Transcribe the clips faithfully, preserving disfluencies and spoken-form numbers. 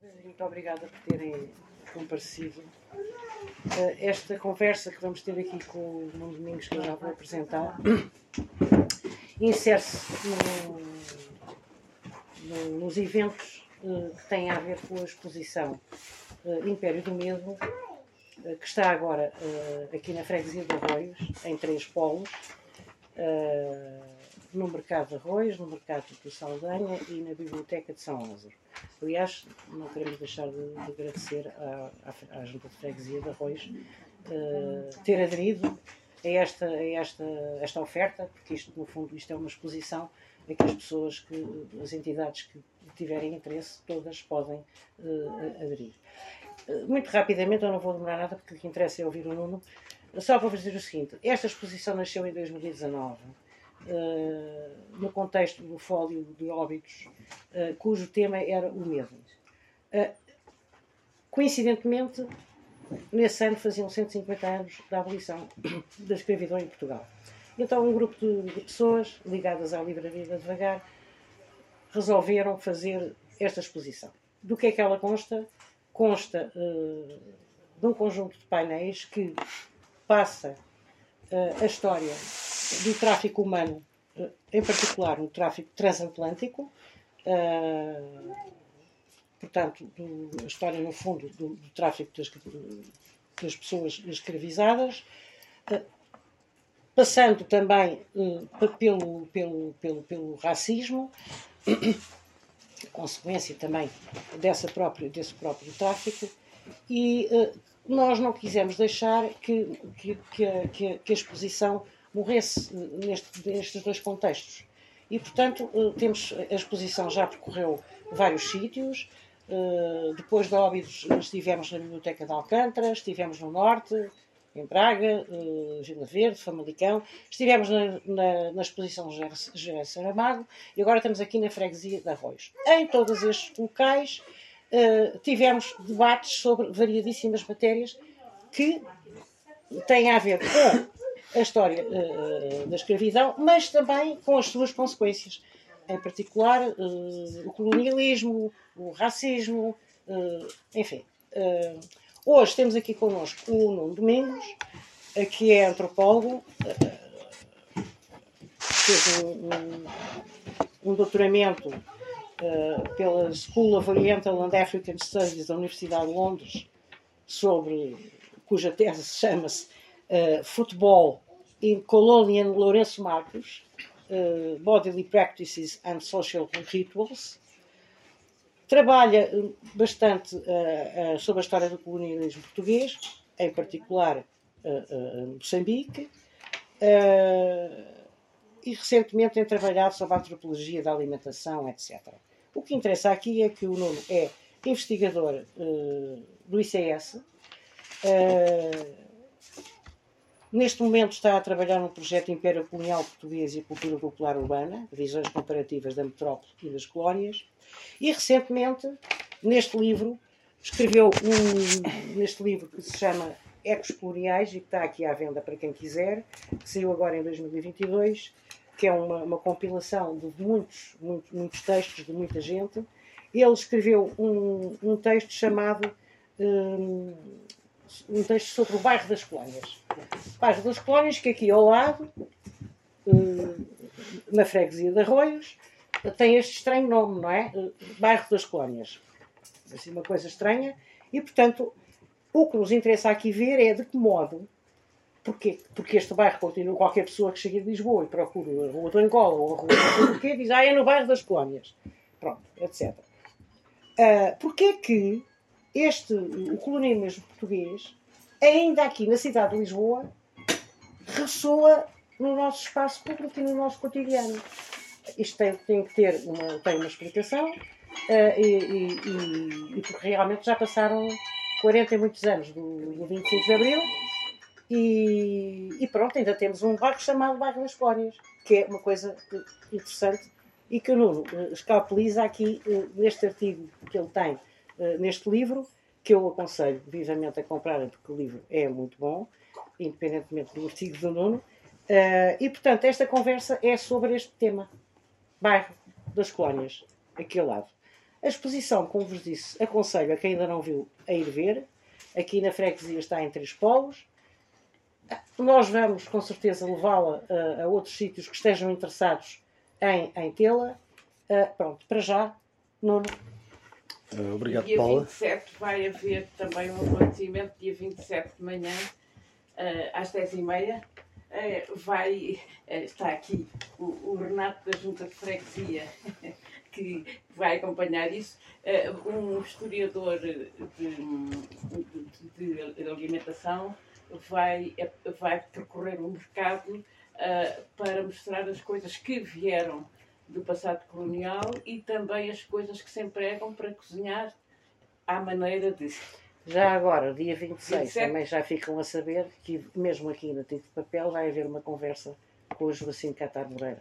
Muito obrigada por terem comparecido. Esta conversa que vamos ter aqui com o Nuno Domingos, que eu já vou apresentar, insere-se no, no, nos eventos que têm a ver com a exposição Império do Medo, que está agora aqui na freguesia de Arroios, em três polos, no Mercado de Arroios, no Mercado do Saldanha e na Biblioteca de São Lázaro. Aliás, não queremos deixar de, de agradecer à, à, à Junta de Freguesia de Arroios uh, ter aderido a, esta, a esta, esta oferta, porque isto, no fundo, isto é uma exposição a que as pessoas, que, as entidades que tiverem interesse, todas podem uh, aderir. Uh, muito rapidamente, eu não vou demorar nada, porque o que interessa é ouvir o Nuno. Só para vos dizer o seguinte: esta exposição nasceu em dois mil e dezanove, uh, no contexto do Fólio de Óbidos, uh, cujo tema era o medo. Uh, coincidentemente, nesse ano faziam cento e cinquenta anos da abolição da escravidão em Portugal. Então, um grupo de, de pessoas ligadas à Livraria da Devagar resolveram fazer esta exposição. Do que é que ela consta? Consta uh, de um conjunto de painéis que passa uh, a história do tráfico humano, uh, em particular o tráfico transatlântico, uh, portanto, do, a história, no fundo, do, do tráfico das, das pessoas escravizadas, uh, passando também uh, pelo, pelo, pelo, pelo racismo, consequência também dessa própria, desse próprio tráfico, e uh, nós não quisemos deixar que, que, que, a, que, a, que a exposição morresse neste, nestes dois contextos. E, portanto, temos, a exposição já percorreu vários sítios. Depois de Óbidos estivemos na Biblioteca de Alcântara, estivemos no Norte, em Braga, Vila Verde, Famalicão, estivemos na, na, na exposição José Saramago e agora estamos aqui na freguesia de Arroios. Em todos estes locais Uh, tivemos debates sobre variadíssimas matérias que têm a ver com a história uh, da escravidão, mas também com as suas consequências. Em particular, uh, o colonialismo, o racismo, uh, enfim. Uh, hoje temos aqui connosco o Nuno Domingos, uh, que é antropólogo, uh, fez um, um, um doutoramento Uh, pela School of Oriental and African Studies da Universidade de Londres, sobre, cuja tese chama-se uh, Futebol in Colonial Lourenço Marques, uh, Bodily Practices and Social Rituals. Trabalha bastante uh, uh, sobre a história do colonialismo português, em particular uh, uh, Moçambique, uh, e recentemente tem trabalhado sobre a antropologia da alimentação, etcétera. O que interessa aqui é que o Nuno é investigador uh, do I C S. Uh, neste momento está a trabalhar num projeto Império Colonial Português e Cultura Popular Urbana, visões comparativas da metrópole e das colónias. E recentemente, neste livro, escreveu um, neste livro que se chama Ecos Coloniais e que está aqui à venda para quem quiser, que saiu agora em dois mil e vinte e dois, que é uma, uma compilação de muitos, muitos, muitos textos de muita gente. Ele escreveu um, um texto chamado um, um texto sobre o bairro das Colónias. O bairro das Colónias, que aqui ao lado, um, na freguesia de Arroios, tem este estranho nome, não é? Bairro das Colónias. Assim, uma coisa estranha. E, portanto, o que nos interessa aqui ver é de que modo. Porquê? Porque este bairro continua, qualquer pessoa que chegue de Lisboa e procure a Rua do Angola ou a Rua do quê, diz, ah, é no bairro das Colónias. Pronto, etcétera. Uh, Porquê que este, o colonialismo português, ainda aqui na cidade de Lisboa, ressoa no nosso espaço público e no nosso cotidiano? Isto tem, tem que ter uma, tem uma explicação, uh, e, e, e, e porque realmente já passaram quarenta e muitos anos do, do vinte e cinco de Abril, E, e pronto, ainda temos um bairro chamado Bairro das Colónias, que é uma coisa interessante e que o Nuno escalpeliza aqui neste artigo que ele tem neste livro, que eu aconselho vivamente a comprarem, porque o livro é muito bom, independentemente do artigo do Nuno. E portanto, esta conversa é sobre este tema, Bairro das Colónias, aqui ao lado. A exposição, como vos disse, aconselho a quem ainda não viu a ir ver. Aqui na freguesia está em Três Polos. Nós vamos, com certeza, levá-la a, a outros sítios que estejam interessados em, em tê-la. Uh, pronto, para já, Nuno. Uh, obrigado, dia Paula. vinte e sete vai haver também um acontecimento, dia vinte e sete de manhã, uh, às dez e meia. Uh, vai, uh, está aqui o, o Renato da Junta de Freguesia, que vai acompanhar isso, uh, um historiador de, de, de alimentação vai, vai percorrer o mercado uh, para mostrar as coisas que vieram do passado colonial e também as coisas que se empregam para cozinhar à maneira de... Já agora, dia vinte e seis, vinte e sete. Também já ficam a saber que, mesmo aqui no Tinto de Papel, vai haver uma conversa com o Joacim Catar Moreira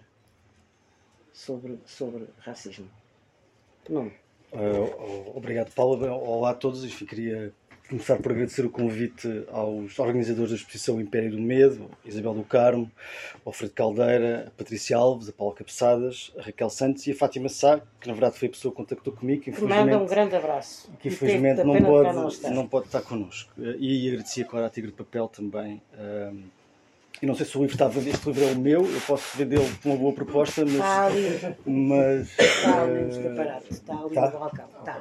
sobre, sobre racismo. Não. Uh, obrigado, Paula. Olá a todos. Enfim, queria começar por agradecer o convite aos organizadores da exposição Império do Medo, Isabel do Carmo, Alfredo Caldeira, a Patrícia Alves, a Paula Cabeçadas, a Raquel Santos e a Fátima Sá, que na verdade foi a pessoa que contactou comigo, que infelizmente, manda um grande abraço. que infelizmente não, pode, não, estar. não pode estar connosco. E agradecia, claro, à Tigre de Papel também. Eu não sei se o livro está a vender, este livro é o meu, eu posso vendê-lo com uma boa proposta, mas... Está ali, mas, está ali no escaparate, está ali tá? no balcão. Está.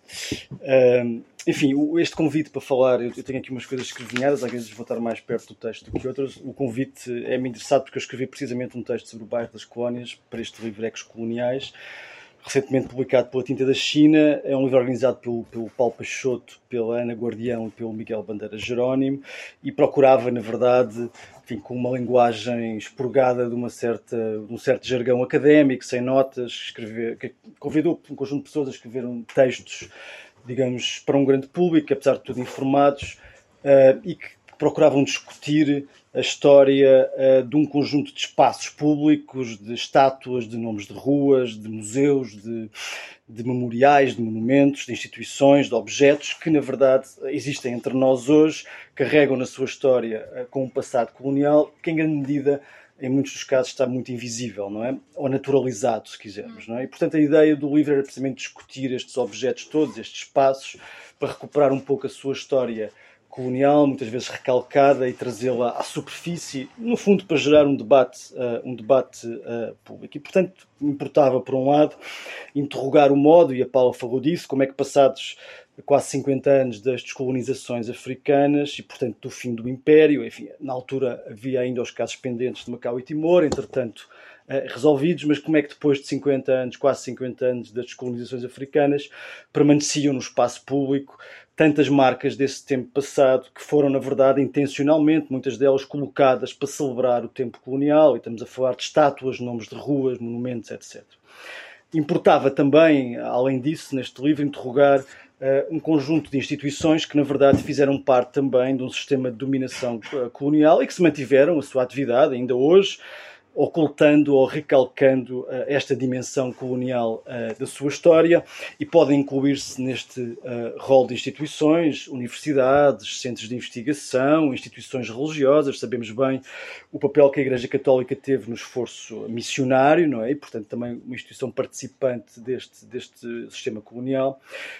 Uh, enfim, este convite para falar, eu tenho aqui umas coisas escrevinhadas, às vezes vou estar mais perto do texto do que outras. O convite é-me interessado porque eu escrevi precisamente um texto sobre o bairro das Colónias para este livro Ecos Coloniais, recentemente publicado pela Tinta da China. É um livro organizado pelo, pelo Paulo Peixoto, pela Ana Guardião e pelo Miguel Bandeira Jerónimo, e procurava, na verdade, enfim, com uma linguagem expurgada de, uma certa, de um certo jargão académico, sem notas, escrever, que convidou um conjunto de pessoas a escrever textos, digamos, para um grande público, apesar de tudo informados, uh, e que procuravam discutir a história uh, de um conjunto de espaços públicos, de estátuas, de nomes de ruas, de museus, de, de memoriais, de monumentos, de instituições, de objetos que, na verdade, existem entre nós hoje, carregam na sua história uh, com um passado colonial que, em grande medida, em muitos dos casos, está muito invisível, não é? Ou naturalizado, se quisermos, não é? E, portanto, a ideia do livro era precisamente discutir estes objetos todos, estes espaços, para recuperar um pouco a sua história colonial, muitas vezes recalcada, e trazê-la à superfície, no fundo para gerar um debate, uh, um debate uh, público. E, portanto, importava, por um lado, interrogar o modo, e a Paula falou disso, como é que passados quase cinquenta anos das descolonizações africanas e, portanto, do fim do Império, enfim, na altura havia ainda os casos pendentes de Macau e Timor, entretanto, uh, resolvidos, mas como é que depois de cinquenta anos, quase cinquenta anos das descolonizações africanas, permaneciam no espaço público tantas marcas desse tempo passado que foram, na verdade, intencionalmente, muitas delas colocadas para celebrar o tempo colonial, e estamos a falar de estátuas, nomes de ruas, monumentos, etcétera. Importava também, além disso, neste livro, interrogar uh, um conjunto de instituições que, na verdade, fizeram parte também de um sistema de dominação uh, colonial e que se mantiveram a sua atividade ainda hoje, ocultando ou recalcando uh, esta dimensão colonial uh, da sua história, e podem incluir-se neste uh, rol de instituições, universidades, centros de investigação, instituições religiosas. Sabemos bem o papel que a Igreja Católica teve no esforço missionário, não é? E, portanto, também uma instituição participante deste, deste sistema colonial.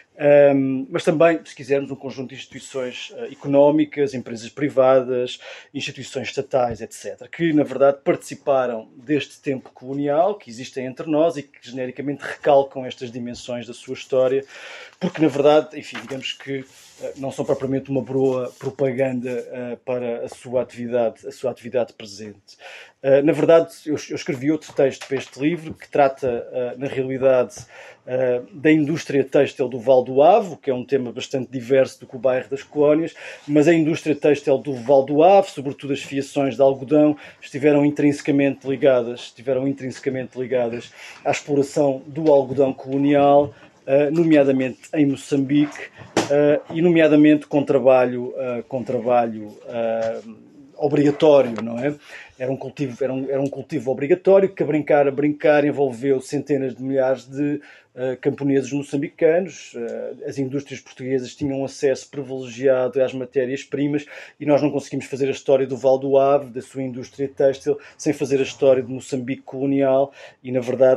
Um, mas também, se quisermos, um conjunto de instituições uh, económicas, empresas privadas, instituições estatais, etcétera, que, na verdade, participaram deste tempo colonial que existem entre nós e que, genericamente, recalcam estas dimensões da sua história, porque, na verdade, enfim, digamos que uh, não são propriamente uma boa propaganda uh, para a sua atividade, a sua atividade presente. Uh, na verdade, eu, eu escrevi outro texto para este livro que trata, uh, na realidade, uh, da indústria têxtil do Val do Avo, que é um tema bastante diverso do que o bairro das Colónias, mas a indústria têxtil do Val do Avo, sobretudo as fiações de algodão, estiveram intrinsecamente ligadas, estiveram intrinsecamente ligadas à exploração do algodão colonial, uh, nomeadamente em Moçambique, uh, e nomeadamente com trabalho, uh, com trabalho uh, obrigatório, não é? Era um cultivo, era um, era um cultivo obrigatório que, a brincar, a brincar, envolveu centenas de milhares de uh, camponeses moçambicanos. Uh, as indústrias portuguesas tinham acesso privilegiado às matérias-primas e nós não conseguimos fazer a história do Val do Ave, da sua indústria têxtil, sem fazer a história de Moçambique colonial e, na verdade,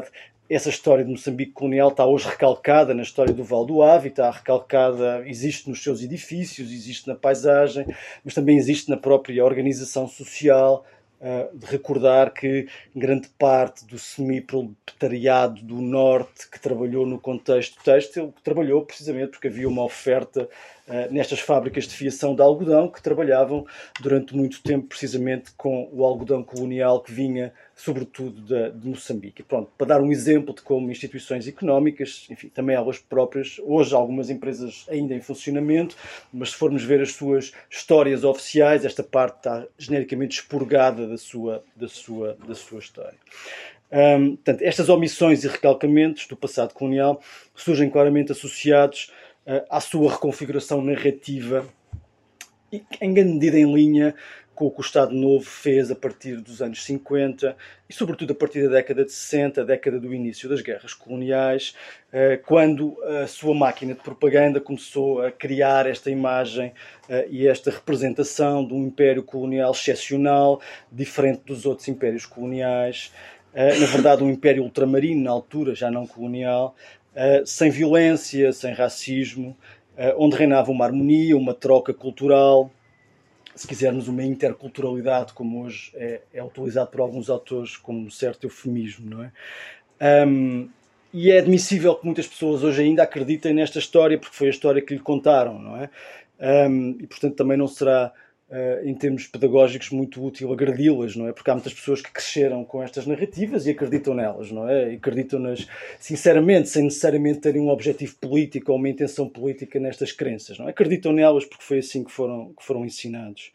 essa história de Moçambique colonial está hoje recalcada na história do Val do Ave, está recalcada, existe nos seus edifícios, existe na paisagem, mas também existe na própria organização social, uh, de recordar que grande parte do semi-proletariado do Norte que trabalhou no contexto têxtil, trabalhou precisamente porque havia uma oferta Uh, nestas fábricas de fiação de algodão que trabalhavam durante muito tempo precisamente com o algodão colonial que vinha sobretudo de, de Moçambique. E pronto, para dar um exemplo de como instituições económicas, enfim, também elas próprias, hoje algumas empresas ainda em funcionamento, mas se formos ver as suas histórias oficiais, esta parte está genericamente expurgada da sua, da sua, da sua história. Um, portanto, estas omissões e recalcamentos do passado colonial surgem claramente associados à sua reconfiguração narrativa e, em grande medida, em linha com o que o Estado Novo fez a partir dos anos cinquenta e, sobretudo, a partir da década de sessenta, a década do início das guerras coloniais, quando a sua máquina de propaganda começou a criar esta imagem e esta representação de um império colonial excepcional, diferente dos outros impérios coloniais, na verdade um império ultramarino, na altura, já não colonial, Uh, sem violência, sem racismo, uh, onde reinava uma harmonia, uma troca cultural, se quisermos uma interculturalidade, como hoje é, é utilizado por alguns autores como um certo eufemismo, não é? Um, e é admissível que muitas pessoas hoje ainda acreditem nesta história, porque foi a história que lhe contaram, não é? Um, e, portanto, também não será, Uh, em termos pedagógicos, muito útil agredi-las, não é? Porque há muitas pessoas que cresceram com estas narrativas e acreditam nelas, não é? E acreditam-nas sinceramente, sem necessariamente terem um objetivo político ou uma intenção política nestas crenças, não é? Acreditam nelas porque foi assim que foram, que foram ensinados.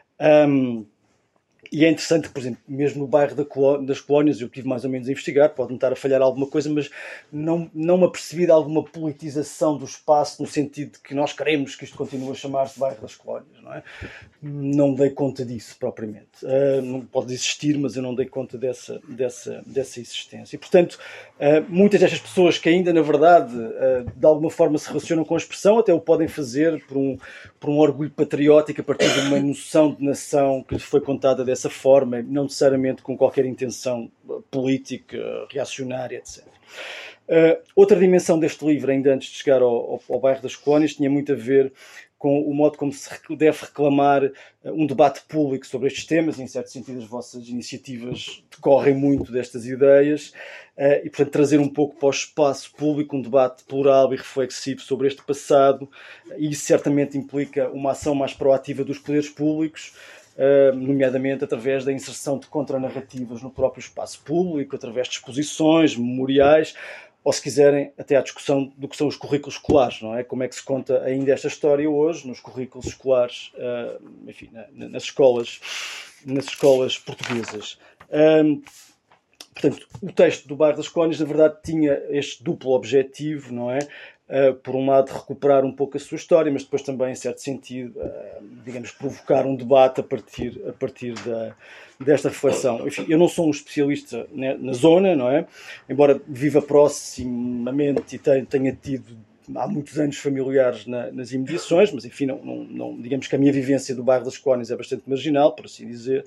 Um, E é interessante, por exemplo, mesmo no bairro da Coló- das Colónias, eu tive mais ou menos a investigar, pode-me estar a falhar alguma coisa, mas não, não me apercebi de alguma politização do espaço, no sentido de que nós queremos que isto continue a chamar-se bairro das Colónias, não é? Não dei conta disso, propriamente. Uh, não pode existir, mas eu não dei conta dessa, dessa, dessa existência. E, portanto, uh, muitas destas pessoas que ainda, na verdade, uh, de alguma forma se relacionam com a expressão, até o podem fazer por um, por um orgulho patriótico, a partir de uma noção de nação que lhes foi contada dessa forma, não necessariamente com qualquer intenção política, reacionária, etcétera. Uh, outra dimensão deste livro, ainda antes de chegar ao, ao, ao bairro das Colónias, tinha muito a ver com o modo como se deve reclamar um debate público sobre estes temas, e, em certo sentido, as vossas iniciativas decorrem muito destas ideias, uh, e, portanto, trazer um pouco para o espaço público um debate plural e reflexivo sobre este passado, e isso certamente implica uma ação mais proativa dos poderes públicos, Uh, nomeadamente através da inserção de contranarrativas no próprio espaço público, através de exposições, memoriais, ou, se quiserem, até à discussão do que são os currículos escolares, não é? Como é que se conta ainda esta história hoje nos currículos escolares, uh, enfim, na, nas escolas, nas escolas portuguesas. Um, portanto, o texto do Bairro das Colónias, na verdade, tinha este duplo objetivo, não é? Uh, por um lado, recuperar um pouco a sua história, mas depois também, em certo sentido, uh, digamos, provocar um debate a partir, a partir da, desta reflexão. Enfim, eu não sou um especialista né, na zona, não é? Embora viva proximamente e tenha, tenha tido há muitos anos familiares na, nas imediações, mas, enfim, não, não, não, digamos que a minha vivência do bairro das Colónias é bastante marginal, por assim dizer.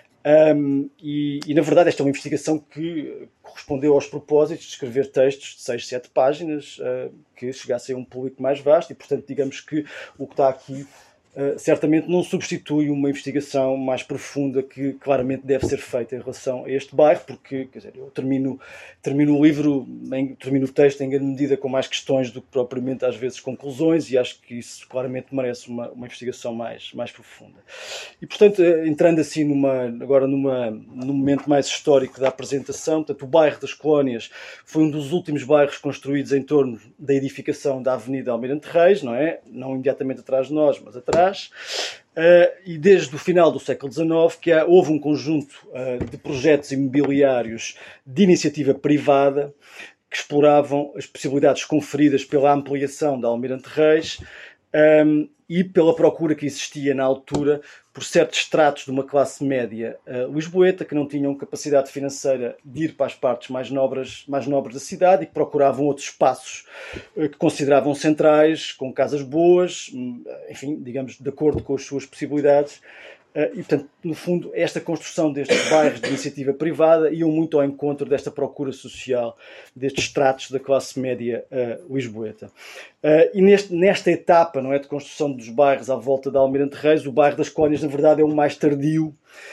Um, e, e, na verdade, esta é uma investigação que correspondeu aos propósitos de escrever textos de seis, sete páginas uh, que chegassem a um público mais vasto e, portanto, digamos que o que está aqui uh, certamente não substitui uma investigação mais profunda que claramente deve ser feita em relação a este bairro, porque, quer dizer, eu termino, termino o livro, em, termino o texto em grande medida com mais questões do que propriamente às vezes conclusões, e acho que isso claramente merece uma, uma investigação mais, mais profunda. E, portanto, entrando assim numa, agora numa, num momento mais histórico da apresentação, portanto, o bairro das Colónias foi um dos últimos bairros construídos em torno da edificação da Avenida Almirante Reis, não é? Não imediatamente atrás de nós, mas atrás. Uh, e desde o final do século dezenove que há, houve um conjunto uh, de projetos imobiliários de iniciativa privada que exploravam as possibilidades conferidas pela ampliação da Almirante Reis, um, e pela procura que existia na altura por certos estratos de uma classe média uh, lisboeta que não tinham capacidade financeira de ir para as partes mais nobres, mais nobres da cidade e que procuravam outros espaços uh, que consideravam centrais, com casas boas, enfim, digamos, de acordo com as suas possibilidades. e, portanto, no fundo, esta construção destes bairros de iniciativa privada iam muito ao encontro desta procura social, destes estratos da classe média uh, lisboeta. Uh, e neste, nesta etapa, não é, de construção dos bairros à volta da Almirante Reis, o bairro das Colónias, na verdade, é o mais tardio,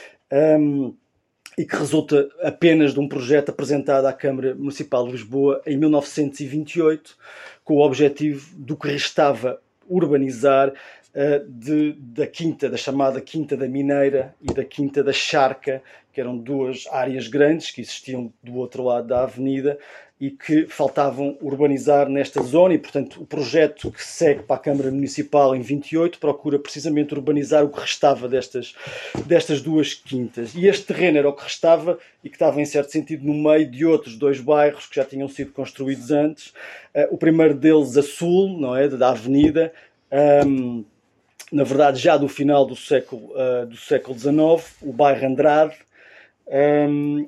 um, e que resulta apenas de um projeto apresentado à Câmara Municipal de Lisboa em mil novecentos e vinte e oito, com o objetivo do que restava urbanizar uh, de, da Quinta, da chamada Quinta da Mineira e da Quinta da Charca, que eram duas áreas grandes que existiam do outro lado da avenida e que faltavam urbanizar nesta zona, e, portanto, o projeto que segue para a Câmara Municipal em vinte e oito procura precisamente urbanizar o que restava destas, destas duas quintas. E este terreno era o que restava e que estava, em certo sentido, no meio de outros dois bairros que já tinham sido construídos antes. Uh, o primeiro deles, a sul, não é, da avenida, um, na verdade, já do final do século, uh, do século dezenove, o bairro Andrade, um,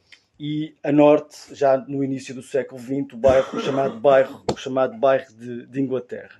e a norte, já no início do século vinte, o, bairro, o chamado bairro, o chamado bairro de, de Inglaterra.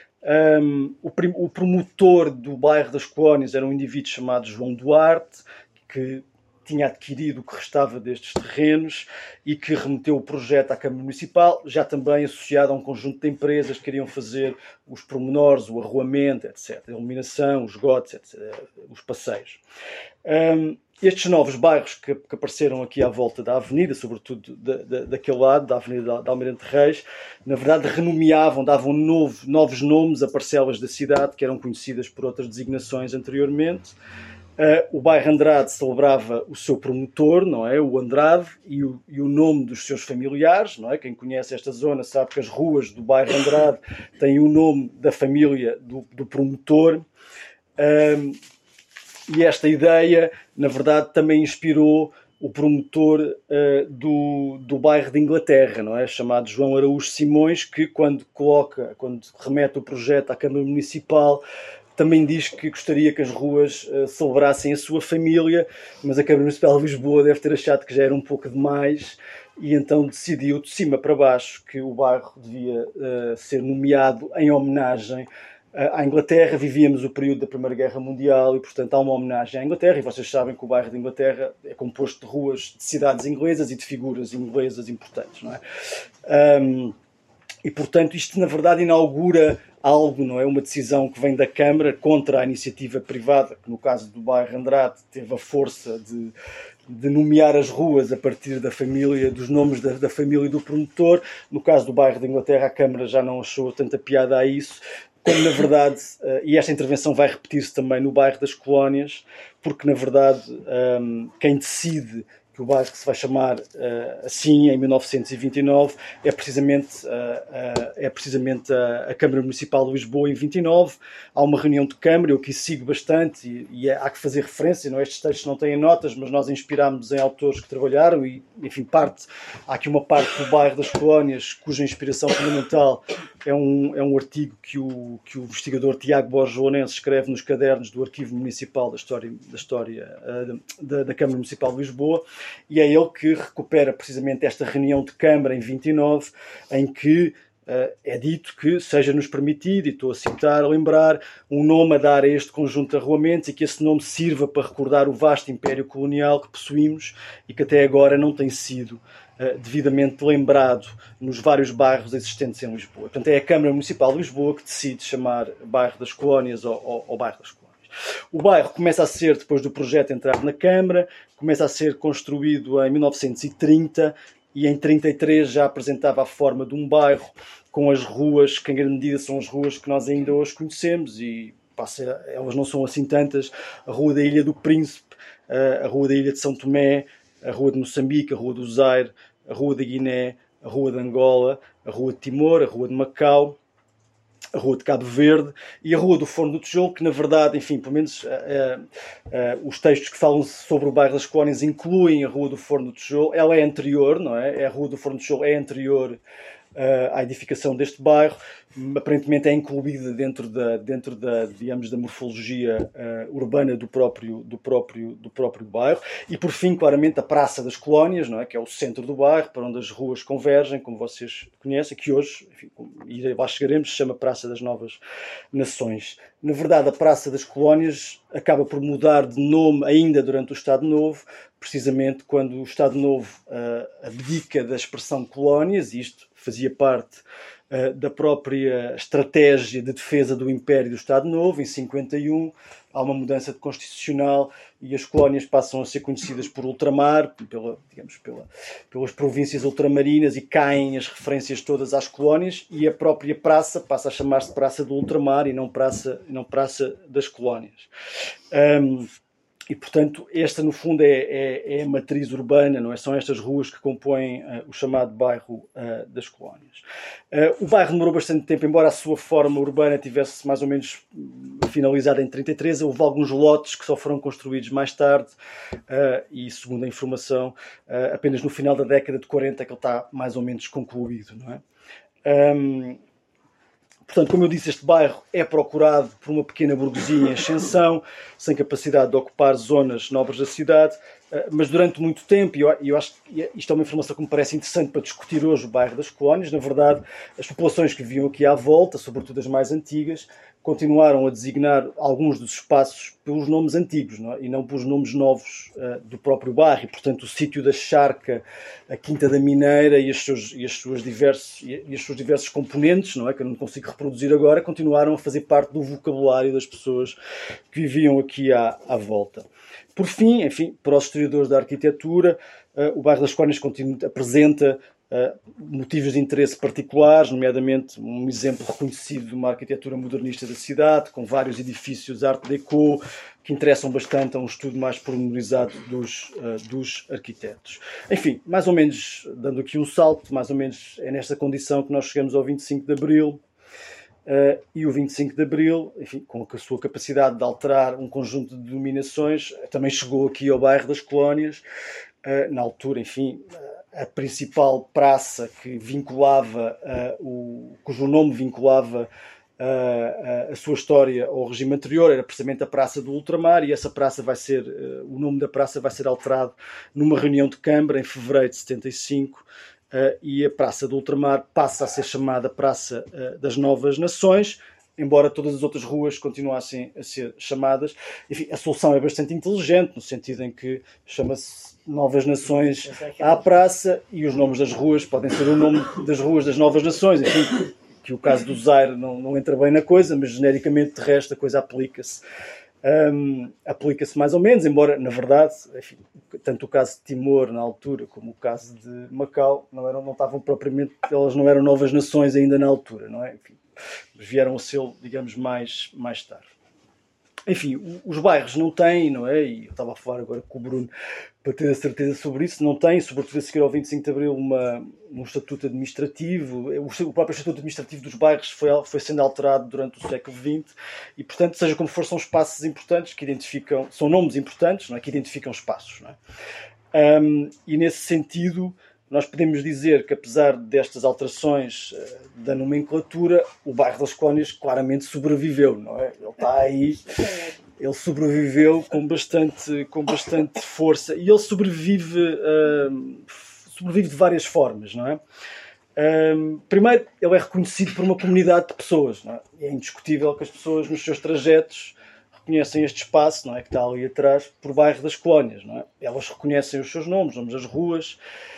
Um, o, prim, o promotor do bairro das Colónias era um indivíduo chamado João Duarte, que tinha adquirido o que restava destes terrenos e que remeteu o projeto à Câmara Municipal, já também associado a um conjunto de empresas que queriam fazer os pormenores, o arruamento, etcétera, a iluminação, os esgotos, etcétera, os passeios. Um, estes novos bairros que, que apareceram aqui à volta da avenida, sobretudo da, da, daquele lado, da avenida da Almirante Reis, na verdade renomeavam, davam novo, novos nomes a parcelas da cidade que eram conhecidas por outras designações anteriormente. Uh, o bairro Andrade celebrava o seu promotor, não é? O Andrade, e o, e o nome dos seus familiares, não é? Quem conhece esta zona sabe que as ruas do bairro Andrade têm o nome da família do, do promotor. Um, e esta ideia, na verdade, também inspirou o promotor uh, do, do bairro de Inglaterra, não é? Chamado João Araújo Simões, que quando coloca, quando remete o projeto à Câmara Municipal, também diz que gostaria que as ruas uh, celebrassem a sua família, mas a Câmara Municipal de Lisboa deve ter achado que já era um pouco demais e então decidiu de cima para baixo que o bairro devia uh, ser nomeado em homenagem uh, à Inglaterra. Vivíamos o período da Primeira Guerra Mundial e, portanto, há uma homenagem à Inglaterra, e vocês sabem que o bairro de Inglaterra é composto de ruas de cidades inglesas e de figuras inglesas importantes, não é? Um, e, portanto, isto, na verdade, inaugura algo, não é? Uma decisão que vem da Câmara contra a iniciativa privada, que no caso do bairro Andrade teve a força de, de nomear as ruas a partir da família, dos nomes da, da família do promotor. No caso do bairro de Inglaterra, a Câmara já não achou tanta piada a isso, como na verdade, e esta intervenção vai repetir-se também no bairro das Colónias, porque na verdade quem decide que o bairro que se vai chamar uh, assim em mil novecentos e vinte e nove é precisamente, uh, uh, é precisamente a, a Câmara Municipal de Lisboa em vinte e nove. Há uma reunião de Câmara, eu aqui sigo bastante e, e é, há que fazer referência, não é? Estes textos não têm notas, mas nós inspirámos em autores que trabalharam e, enfim, parte, há aqui uma parte do bairro das Colónias cuja inspiração fundamental é um, é um artigo que o, que o investigador Tiago Borges Joanense escreve nos cadernos do Arquivo Municipal da História, da, história, uh, da, da Câmara Municipal de Lisboa. E é ele que recupera precisamente esta reunião de Câmara em vinte e nove, em que uh, é dito que seja-nos permitido, e estou a citar, a lembrar, um nome a dar a este conjunto de arruamentos e que esse nome sirva para recordar o vasto império colonial que possuímos e que até agora não tem sido uh, devidamente lembrado nos vários bairros existentes em Lisboa. Portanto, é a Câmara Municipal de Lisboa que decide chamar Bairro das Colónias ou, ou, ou Bairro das Colónias. O bairro começa a ser, depois do projeto entrar na Câmara, começa a ser construído em mil novecentos e trinta e em trinta e três já apresentava a forma de um bairro com as ruas, que em grande medida são as ruas que nós ainda hoje conhecemos e passa, elas não são assim tantas, a Rua da Ilha do Príncipe, a Rua da Ilha de São Tomé, a Rua de Moçambique, a Rua do Zaire, a Rua da Guiné, a Rua de Angola, a Rua de Timor, a Rua de Macau, a Rua de Cabo Verde e a Rua do Forno do Tijolo, que na verdade, enfim, pelo menos uh, uh, uh, os textos que falam sobre o bairro das Colónias incluem a Rua do Forno do Tijolo. Ela é anterior, não é? A Rua do Forno do Tijolo é anterior uh, à edificação deste bairro. Aparentemente é incluída dentro da, dentro da, digamos, da morfologia uh, urbana do próprio, do, próprio, do próprio bairro. E, por fim, claramente, a Praça das Colónias, não é? Que é o centro do bairro, para onde as ruas convergem, como vocês conhecem, que hoje, enfim, e lá chegaremos, se chama Praça das Novas Nações. Na verdade, a Praça das Colónias acaba por mudar de nome ainda durante o Estado Novo, precisamente quando o Estado Novo uh, abdica da expressão colónias, e isto fazia parte uh, da própria estratégia de defesa do Império do Estado Novo. Em cinquenta e um há uma mudança de constitucional e as colónias passam a ser conhecidas por ultramar, pela, digamos, pela, pelas províncias ultramarinas, e caem as referências todas às colónias, e a própria praça passa a chamar-se Praça do Ultramar e não Praça, não praça das Colónias. Um, E, portanto, esta, no fundo, é, é, é a matriz urbana, não é? São estas ruas que compõem uh, o chamado bairro uh, das Colónias. Uh, o bairro demorou bastante tempo, embora a sua forma urbana tivesse mais ou menos finalizada em trinta e três, houve alguns lotes que só foram construídos mais tarde, uh, e, segundo a informação, uh, apenas no final da década de quarenta é que ele está mais ou menos concluído, não é? Um, Portanto, como eu disse, este bairro é procurado por uma pequena burguesia em ascensão, sem capacidade de ocupar zonas nobres da cidade, mas durante muito tempo, e eu acho que isto é uma informação que me parece interessante para discutir hoje o bairro das Colónias, na verdade, as populações que viviam aqui à volta, sobretudo as mais antigas, continuaram a designar alguns dos espaços pelos nomes antigos, não é? E não pelos nomes novos uh, do próprio bairro. E, portanto, o sítio da Charca, a Quinta da Mineira e, as seus, e, as suas diversos, e, e os seus diversos componentes, não é? Que eu não consigo reproduzir agora, continuaram a fazer parte do vocabulário das pessoas que viviam aqui à, à volta. Por fim, enfim, para os historiadores da arquitetura, uh, o bairro das Colónias continua, apresenta Uh, motivos de interesse particulares, nomeadamente um exemplo reconhecido de uma arquitetura modernista da cidade, com vários edifícios Art Deco, que interessam bastante a um estudo mais pormenorizado dos, uh, dos arquitetos. Enfim, mais ou menos, dando aqui um salto, mais ou menos é nesta condição que nós chegamos ao vinte e cinco de Abril, uh, e o vinte e cinco de Abril, enfim, com a sua capacidade de alterar um conjunto de denominações, também chegou aqui ao bairro das Colónias, uh, na altura, enfim, a principal praça que vinculava, uh, o, cujo nome vinculava uh, a sua história ao regime anterior, era precisamente a Praça do Ultramar, e essa praça vai ser, uh, o nome da praça vai ser alterado numa reunião de Câmara em fevereiro de setenta e cinco, uh, e a Praça do Ultramar passa a ser chamada Praça uh, das Novas Nações, embora todas as outras ruas continuassem a ser chamadas. Enfim, a solução é bastante inteligente, no sentido em que chama-se Novas Nações à praça, e os nomes das ruas podem ser o nome das ruas das Novas Nações. Enfim, que o caso do Zaire não, não entra bem na coisa, mas genericamente, de resto, a coisa aplica-se. Um, aplica-se mais ou menos, embora, na verdade, enfim, tanto o caso de Timor, na altura, como o caso de Macau, não, eram, não estavam propriamente, elas não eram novas nações ainda na altura, não é? Enfim, mas vieram a ser, digamos, mais, mais tarde. Enfim, os bairros não têm, não é? E eu estava a falar agora com o Bruno para ter a certeza sobre isso, não têm, sobretudo a seguir ao vinte e cinco de Abril, uma, um estatuto administrativo. O próprio estatuto administrativo dos bairros foi, foi sendo alterado durante o século vinte e, portanto, seja como for, são espaços importantes que identificam, são nomes importantes, não é? Que identificam espaços, não é? Um, e nesse sentido, nós podemos dizer que, apesar destas alterações uh, da nomenclatura, o bairro das Colónias claramente sobreviveu, não é? Ele está aí, ele sobreviveu com bastante, com bastante força, e ele sobrevive, uh, sobrevive de várias formas, não é? Um, primeiro, ele é reconhecido por uma comunidade de pessoas, não é? É indiscutível que as pessoas, nos seus trajetos, reconhecem este espaço, não é, que está ali atrás, por bairro das Colónias, não é? Elas reconhecem os seus nomes, nomes das ruas,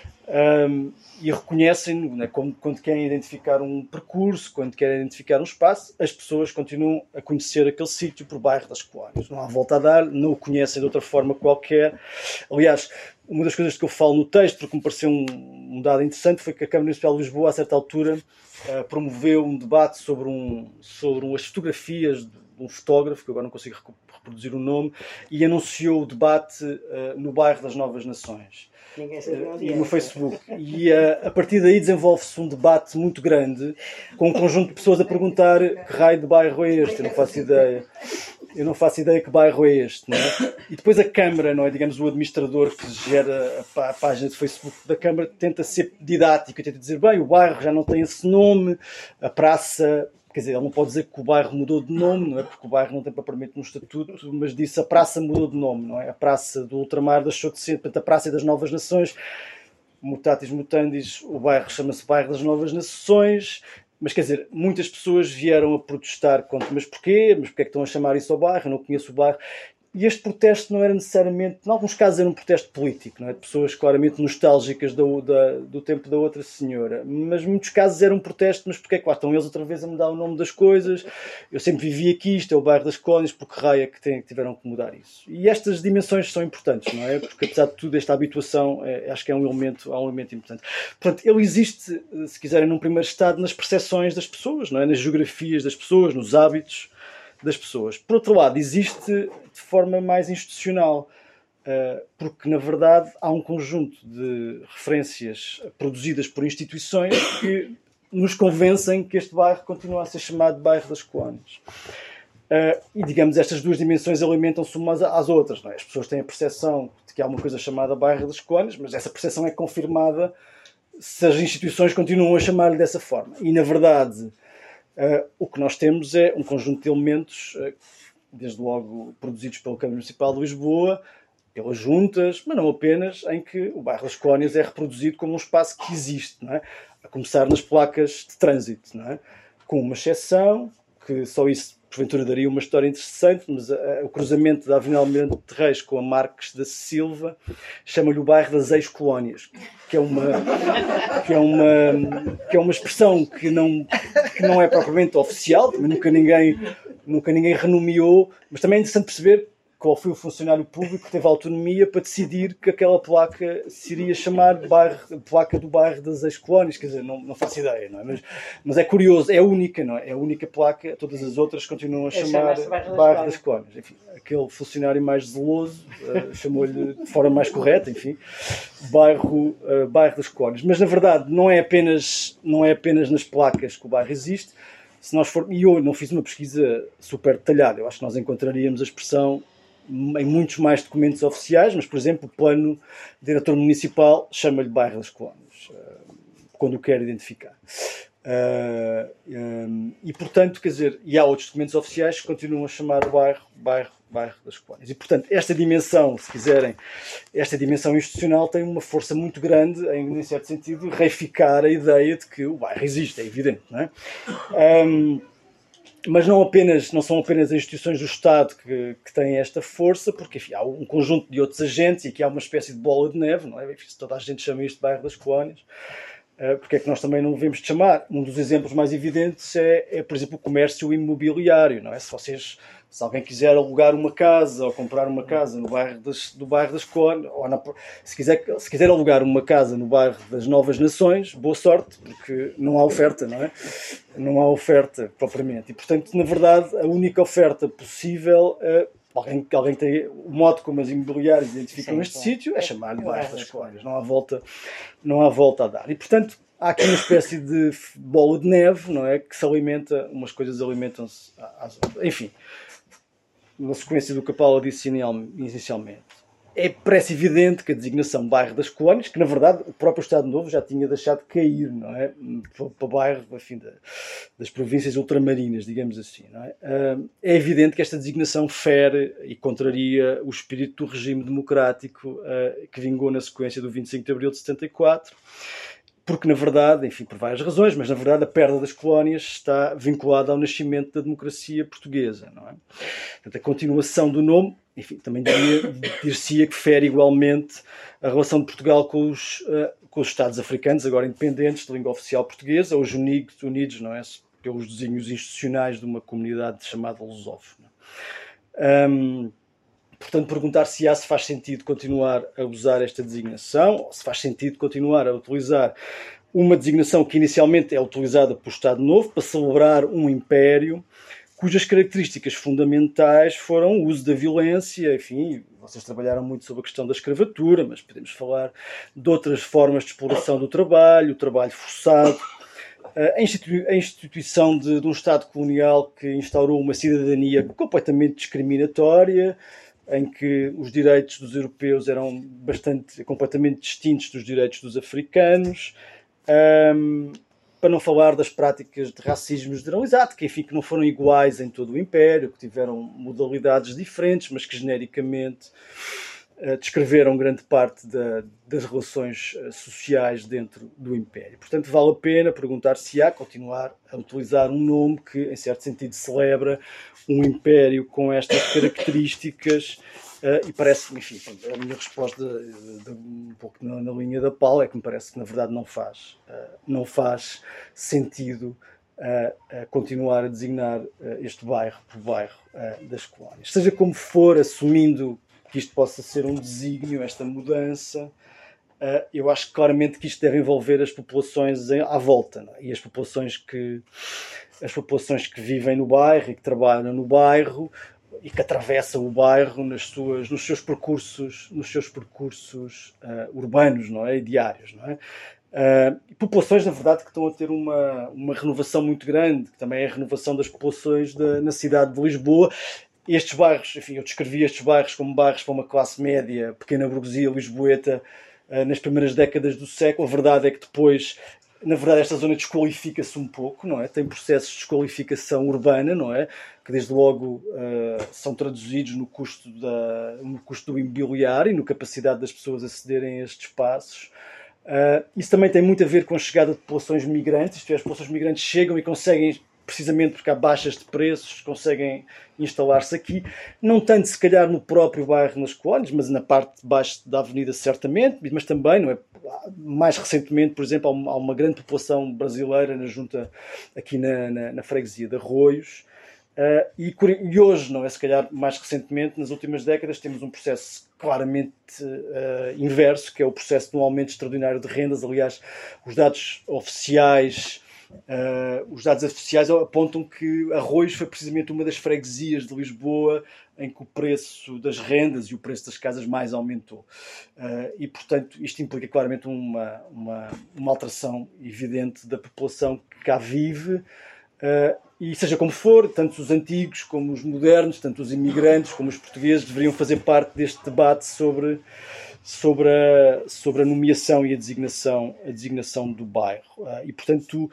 um, e reconhecem, não é, como, quando querem identificar um percurso, quando querem identificar um espaço, as pessoas continuam a conhecer aquele sítio por bairro das Colónias. Não há volta a dar, não o conhecem de outra forma qualquer. Aliás, uma das coisas que eu falo no texto, porque me pareceu um, um dado interessante, foi que a Câmara Municipal de Lisboa, a certa altura, uh, promoveu um debate sobre, um, sobre um, as fotografias de um fotógrafo, que agora não consigo reproduzir o nome, e anunciou o debate uh, no bairro das Novas Nações. Ninguém sabia onde uh, no Facebook. E uh, a partir daí desenvolve-se um debate muito grande, com um conjunto de pessoas a perguntar que raio de bairro é este, eu não faço ideia. eu não faço ideia que bairro é este, não é? E depois a Câmara, não é? Digamos, o administrador que gera a, a página de Facebook da Câmara tenta ser didático, tenta dizer, bem, o bairro já não tem esse nome, a praça... Quer dizer, ele não pode dizer que o bairro mudou de nome, não é? Porque o bairro não tem propriamente um estatuto, mas disse a praça mudou de nome, não é? A praça do ultramar deixou de ser, portanto, a praça das Novas Nações, mutatis mutandis, o bairro chama-se Bairro das Novas Nações, mas quer dizer, muitas pessoas vieram a protestar contra, mas porquê? Mas porquê é que estão a chamar isso ao bairro? Eu não conheço o bairro. E este protesto não era necessariamente, em alguns casos era um protesto político, não é? De pessoas claramente nostálgicas do, da, do tempo da outra senhora, mas em muitos casos era um protesto, mas porque é que lá estão eles outra vez a mudar o nome das coisas? Eu sempre vivi aqui, isto é o bairro das Colónias, porque raio é que, tem, que tiveram que mudar isso? E estas dimensões são importantes, não é? Porque apesar de tudo, esta habituação é, acho que é um elemento, é um elemento importante. Portanto, ele existe, se quiserem, num primeiro estado, nas percepções das pessoas, não é? Nas geografias das pessoas, nos hábitos das pessoas. Por outro lado, existe de forma mais institucional, porque, na verdade, há um conjunto de referências produzidas por instituições que nos convencem que este bairro continua a ser chamado de bairro das Colónias. E, digamos, estas duas dimensões alimentam-se umas às outras, não é? As pessoas têm a percepção de que há uma coisa chamada bairro das Colónias, mas essa percepção é confirmada se as instituições continuam a chamar-lhe dessa forma. E, na verdade... Uh, o que nós temos é um conjunto de elementos, uh, desde logo produzidos pela Câmara Municipal de Lisboa, pelas juntas, mas não apenas, em que o bairro das Colónias é reproduzido como um espaço que existe, não é? A começar nas placas de trânsito, não é? Com uma exceção, que só isso porventura daria uma história interessante, mas uh, o cruzamento da Avenida Almirante de Reis com a Marques da Silva chama-lhe o bairro das ex-colónias, que é uma que é uma que é uma expressão que não que não é propriamente oficial, também nunca ninguém nunca ninguém renomeou, mas também é interessante perceber qual foi o funcionário público que teve autonomia para decidir que aquela placa se iria chamar bairro, placa do bairro das ex-colónias, quer dizer, não, não faço ideia, não é? Mas, mas é curioso, é a única, não é? É a única placa, todas as outras continuam a chamar bairro, bairro das Colónias. Enfim, aquele funcionário mais zeloso uh, chamou-lhe de forma mais correta, enfim, bairro, uh, bairro das Colónias. Mas, na verdade, não é apenas, não é apenas nas placas que o bairro existe. Se nós for, e eu não fiz uma pesquisa super detalhada, eu acho que nós encontraríamos a expressão em muitos mais documentos oficiais, mas, por exemplo, o plano diretor municipal chama-lhe bairro das Colónias, quando o quer identificar. Uh, um, e, portanto, quer dizer, e há outros documentos oficiais que continuam a chamar o bairro, bairro, bairro das Colónias. E, portanto, esta dimensão, se quiserem, esta dimensão institucional tem uma força muito grande em, em certo sentido, reificar a ideia de que o bairro existe, é evidente, não é? Um, Mas não, apenas, não são apenas as instituições do Estado que, que têm esta força, porque enfim, há um conjunto de outros agentes e aqui há uma espécie de bola de neve, não é? Enfim, se toda a gente chama isto de bairro das Colónias, uh, porque é que nós também não devemos de chamar? Um dos exemplos mais evidentes é, é, por exemplo, o comércio imobiliário, não é? Se vocês, se alguém quiser alugar uma casa ou comprar uma casa no bairro das, do bairro das Colónias, ou na, se, quiser, se quiser alugar uma casa no bairro das Novas Nações, boa sorte, porque não há oferta, não é? Não há oferta propriamente. E, portanto, na verdade, a única oferta possível, uh, alguém, alguém tem o modo como as imobiliárias identificam Sim, este claro. sítio, é chamar-lhe bairro das Colónias. Não há volta, não há volta a dar. E, portanto, há aqui uma espécie de bola de neve, não é? Que se alimenta, umas coisas alimentam-se às outras. Enfim, na sequência do que a Paula disse inicialmente, é parece evidente que a designação bairro das Colónias, que na verdade o próprio Estado Novo já tinha deixado de cair, não é? Para o bairro, enfim, das províncias ultramarinas, digamos assim, não é? É evidente que esta designação fere e contraria o espírito do regime democrático que vingou na sequência do vinte e cinco de abril de setenta e quatro, porque na verdade, enfim, por várias razões, mas na verdade a perda das colónias está vinculada ao nascimento da democracia portuguesa, não é? Portanto, a continuação do nome, enfim, também dir-se-ia que fere igualmente a relação de Portugal com os, uh, com os Estados africanos, agora independentes, de língua oficial portuguesa, hoje unidos, unidos, não é? Pelos desenhos institucionais de uma comunidade chamada lusófona. Um, Portanto, perguntar-se-á se faz sentido continuar a usar esta designação, ou se faz sentido continuar a utilizar uma designação que inicialmente é utilizada pelo Estado Novo para celebrar um império cujas características fundamentais foram o uso da violência. Enfim, vocês trabalharam muito sobre a questão da escravatura, mas podemos falar de outras formas de exploração do trabalho, o trabalho forçado, a, institui a instituição de, de um Estado colonial que instaurou uma cidadania completamente discriminatória, em que os direitos dos europeus eram bastante, completamente distintos dos direitos dos africanos, um, para não falar das práticas de racismo generalizado, que, enfim, que não foram iguais em todo o Império, que tiveram modalidades diferentes, mas que genericamente uh, descreveram grande parte da, das relações uh, sociais dentro do Império. Portanto, vale a pena perguntar se há continuar a utilizar um nome que, em certo sentido, celebra um Império com estas características. Uh, e parece-me, enfim, a minha resposta de, de, um pouco na, na linha da Paula é que me parece que na verdade não faz, uh, não faz sentido uh, uh, continuar a designar uh, este bairro por bairro uh, das colónias. Seja como for, assumindo que isto possa ser um desígnio, esta mudança, uh, eu acho claramente que isto deve envolver as populações em, à volta, não é? E as populações que, as populações que vivem no bairro e que trabalham no bairro, e que atravessa o bairro nas suas, nos seus percursos, nos seus percursos uh, urbanos, não é? E diários, não é? Uh, populações, na verdade, que estão a ter uma, uma renovação muito grande, que também é a renovação das populações de, na cidade de Lisboa. Estes bairros, enfim, eu descrevi estes bairros como bairros para uma classe média, pequena burguesia lisboeta, uh, nas primeiras décadas do século. A verdade é que depois, na verdade, esta zona desqualifica-se um pouco, não é? Tem processos de desqualificação urbana, não é? Que desde logo uh, são traduzidos no custo, da, no custo do imobiliário e na capacidade das pessoas acederem a estes espaços. Uh, isso também tem muito a ver com a chegada de populações migrantes, isto é, as populações migrantes chegam e conseguem, precisamente porque há baixas de preços, conseguem instalar-se aqui, não tanto se calhar no próprio bairro nas colónias, mas na parte de baixo da avenida certamente, mas também, não é? Mais recentemente, por exemplo, há uma grande população brasileira na junta, aqui na, na, na freguesia de Arroios. Uh, e, e hoje, não é? Se calhar mais recentemente, nas últimas décadas, temos um processo claramente uh, inverso, que é o processo de um aumento extraordinário de rendas. Aliás, os dados oficiais, uh, os dados oficiais apontam que Arroios foi precisamente uma das freguesias de Lisboa em que o preço das rendas e o preço das casas mais aumentou. Uh, e, portanto, isto implica claramente uma, uma, uma alteração evidente da população que cá vive. Uh, e seja como for, tanto os antigos como os modernos, tanto os imigrantes como os portugueses deveriam fazer parte deste debate sobre, sobre, a, sobre a nomeação e a designação, a designação do bairro. Uh, e, portanto,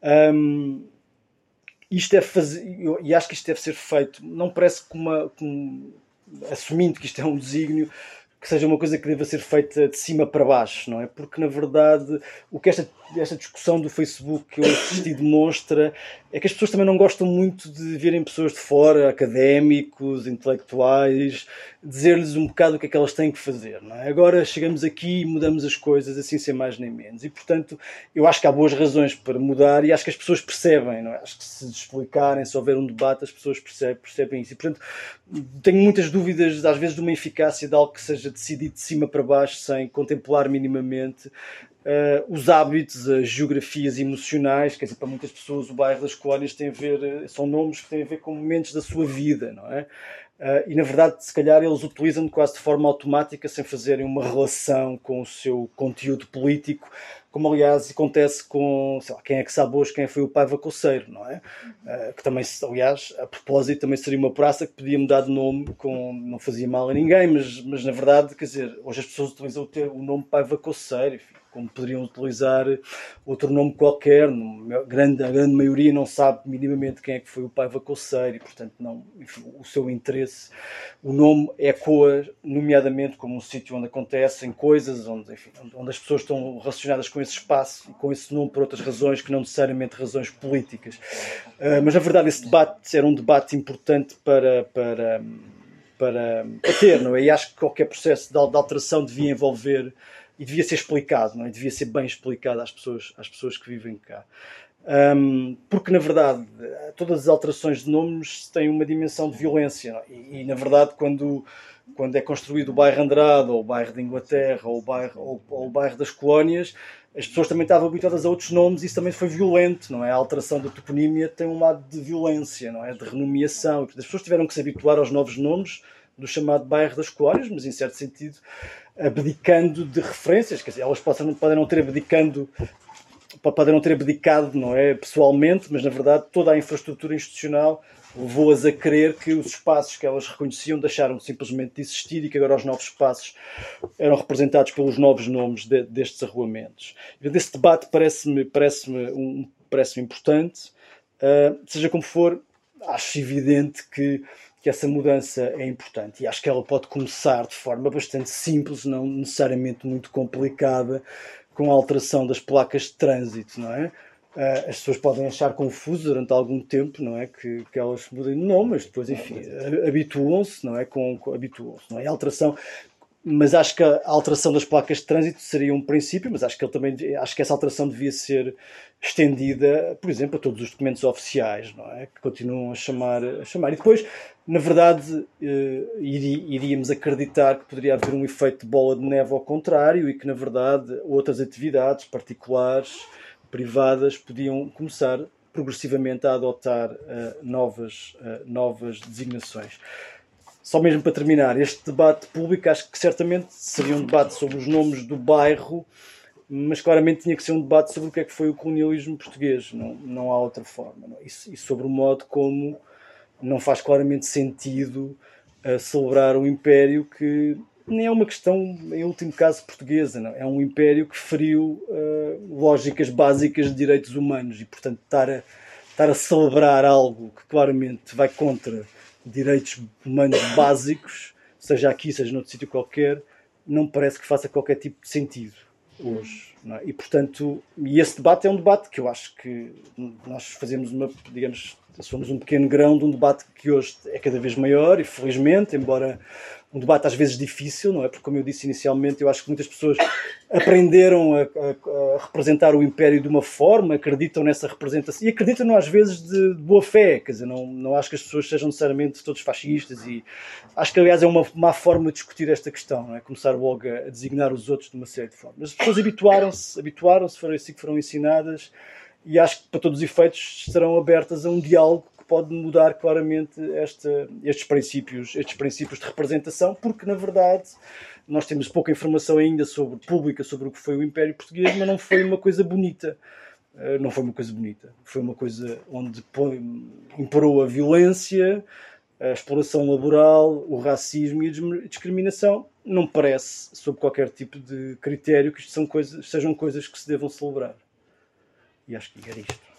um, isto deve fazer, e acho que isto deve ser feito, não parece que uma, como, assumindo que isto é um desígnio, que seja uma coisa que deva ser feita de cima para baixo, não é? Porque, na verdade, o que esta, esta discussão do Facebook que eu assisti demonstra é que as pessoas também não gostam muito de verem pessoas de fora, académicos, intelectuais, dizer-lhes um bocado o que é que elas têm que fazer, não é? Agora chegamos aqui e mudamos as coisas assim sem mais nem menos. E, portanto, eu acho que há boas razões para mudar e acho que as pessoas percebem, não é? Acho que se explicarem, se houver um debate, as pessoas percebem, percebem isso. E, portanto, tenho muitas dúvidas, às vezes, de uma eficácia de algo que seja decidido de cima para baixo, sem contemplar minimamente uh, os hábitos, as geografias emocionais. Quer dizer, para muitas pessoas o bairro das colónias tem a ver, são nomes que têm a ver com momentos da sua vida, não é? Uh, e na verdade, se calhar, eles utilizam quase de forma automática, sem fazerem uma relação com o seu conteúdo político, como aliás acontece com, sei lá, quem é que sabe hoje quem foi o Paiva Coceiro, não é? Uh, que também, aliás, a propósito, também seria uma praça que podia mudar de nome, com, não fazia mal a ninguém, mas, mas na verdade, quer dizer, hoje as pessoas utilizam o, o nome Paiva Coceiro, enfim, como poderiam utilizar outro nome qualquer. A grande, a grande maioria não sabe minimamente quem é que foi o Paiva Coceiro e, portanto, não, enfim, o seu interesse, o nome ecoa, nomeadamente, como um sítio onde acontecem coisas, onde, enfim, onde as pessoas estão relacionadas com esse espaço e com esse nome por outras razões que não necessariamente razões políticas. Uh, mas, na verdade, esse debate era um debate importante para... para Para, para ter, não é? E acho que qualquer processo de alteração devia envolver e devia ser explicado, não é? Devia ser bem explicado às pessoas, às pessoas que vivem cá. Um, porque, na verdade, todas as alterações de nomes têm uma dimensão de violência, não é? E, e, na verdade, quando, quando é construído o bairro Andrade, ou o bairro de Inglaterra, ou o bairro, ou, ou o bairro das colónias, as pessoas também estavam habituadas a outros nomes e isso também foi violento, não é? A alteração da toponímia tem um lado de violência, não é? De renomeação. As pessoas tiveram que se habituar aos novos nomes do chamado bairro das colónias, mas em certo sentido abdicando de referências, quer dizer, elas podem, podem não ter abdicando pode não ter abdicado, não é, pessoalmente, mas na verdade toda a infraestrutura institucional levou-as a crer que os espaços que elas reconheciam deixaram simplesmente de existir e que agora os novos espaços eram representados pelos novos nomes de, destes arruamentos. Esse debate parece-me parece-me um, parece-me importante. Uh, seja como for, acho evidente que, que essa mudança é importante e acho que ela pode começar de forma bastante simples, não necessariamente muito complicada, com a alteração das placas de trânsito, não é? Uh, as pessoas podem achar confuso durante algum tempo, não é? Que, que elas mudem de nome, mas depois, enfim, habituam-se, não é? Com, com, habituam-se, não é? A alteração, mas acho que a alteração das placas de trânsito seria um princípio, mas acho que, ele também, acho que essa alteração devia ser estendida, por exemplo, a todos os documentos oficiais, não é? Que continuam a chamar, a chamar. E depois, na verdade, uh, iríamos acreditar que poderia haver um efeito de bola de neve ao contrário e que, na verdade, outras atividades particulares, privadas, podiam começar progressivamente a adotar uh, novas, uh, novas designações. Só mesmo para terminar, este debate público acho que certamente seria um debate sobre os nomes do bairro, mas claramente tinha que ser um debate sobre o que é que foi o colonialismo português, não, não há outra forma. Não? E, e sobre o modo como não faz claramente sentido uh, celebrar um império que nem é uma questão, em último caso, portuguesa. Não? É um império que feriu uh, lógicas básicas de direitos humanos e, portanto, estar a, estar a celebrar algo que claramente vai contra direitos humanos básicos, seja aqui, seja noutro sítio qualquer, não parece que faça qualquer tipo de sentido hoje. Não é? E, portanto, e esse debate é um debate que eu acho que nós fazemos uma, digamos, somos um pequeno grão de um debate que hoje é cada vez maior e, felizmente, embora um debate às vezes difícil, não é? Porque, como eu disse inicialmente, eu acho que muitas pessoas aprenderam a, a, a representar o Império de uma forma, acreditam nessa representação e acreditam às vezes de, de boa fé, quer dizer, não, não acho que as pessoas sejam necessariamente todos fascistas e acho que, aliás, é uma má forma de discutir esta questão, não é? Começar logo a, a designar os outros de uma série de formas. As pessoas habituaram-se, habituaram-se, foram assim que foram ensinadas e acho que, para todos os efeitos, estarão abertas a um diálogo pode mudar claramente esta, estes, princípios, estes princípios de representação, porque, na verdade, nós temos pouca informação ainda sobre, pública sobre o que foi o Império Português, mas não foi uma coisa bonita. Não foi uma coisa bonita. Foi uma coisa onde imperou a violência, a exploração laboral, o racismo e a discriminação. Não parece, sob qualquer tipo de critério, que isto são coisas, sejam coisas que se devam celebrar. E acho que era isto.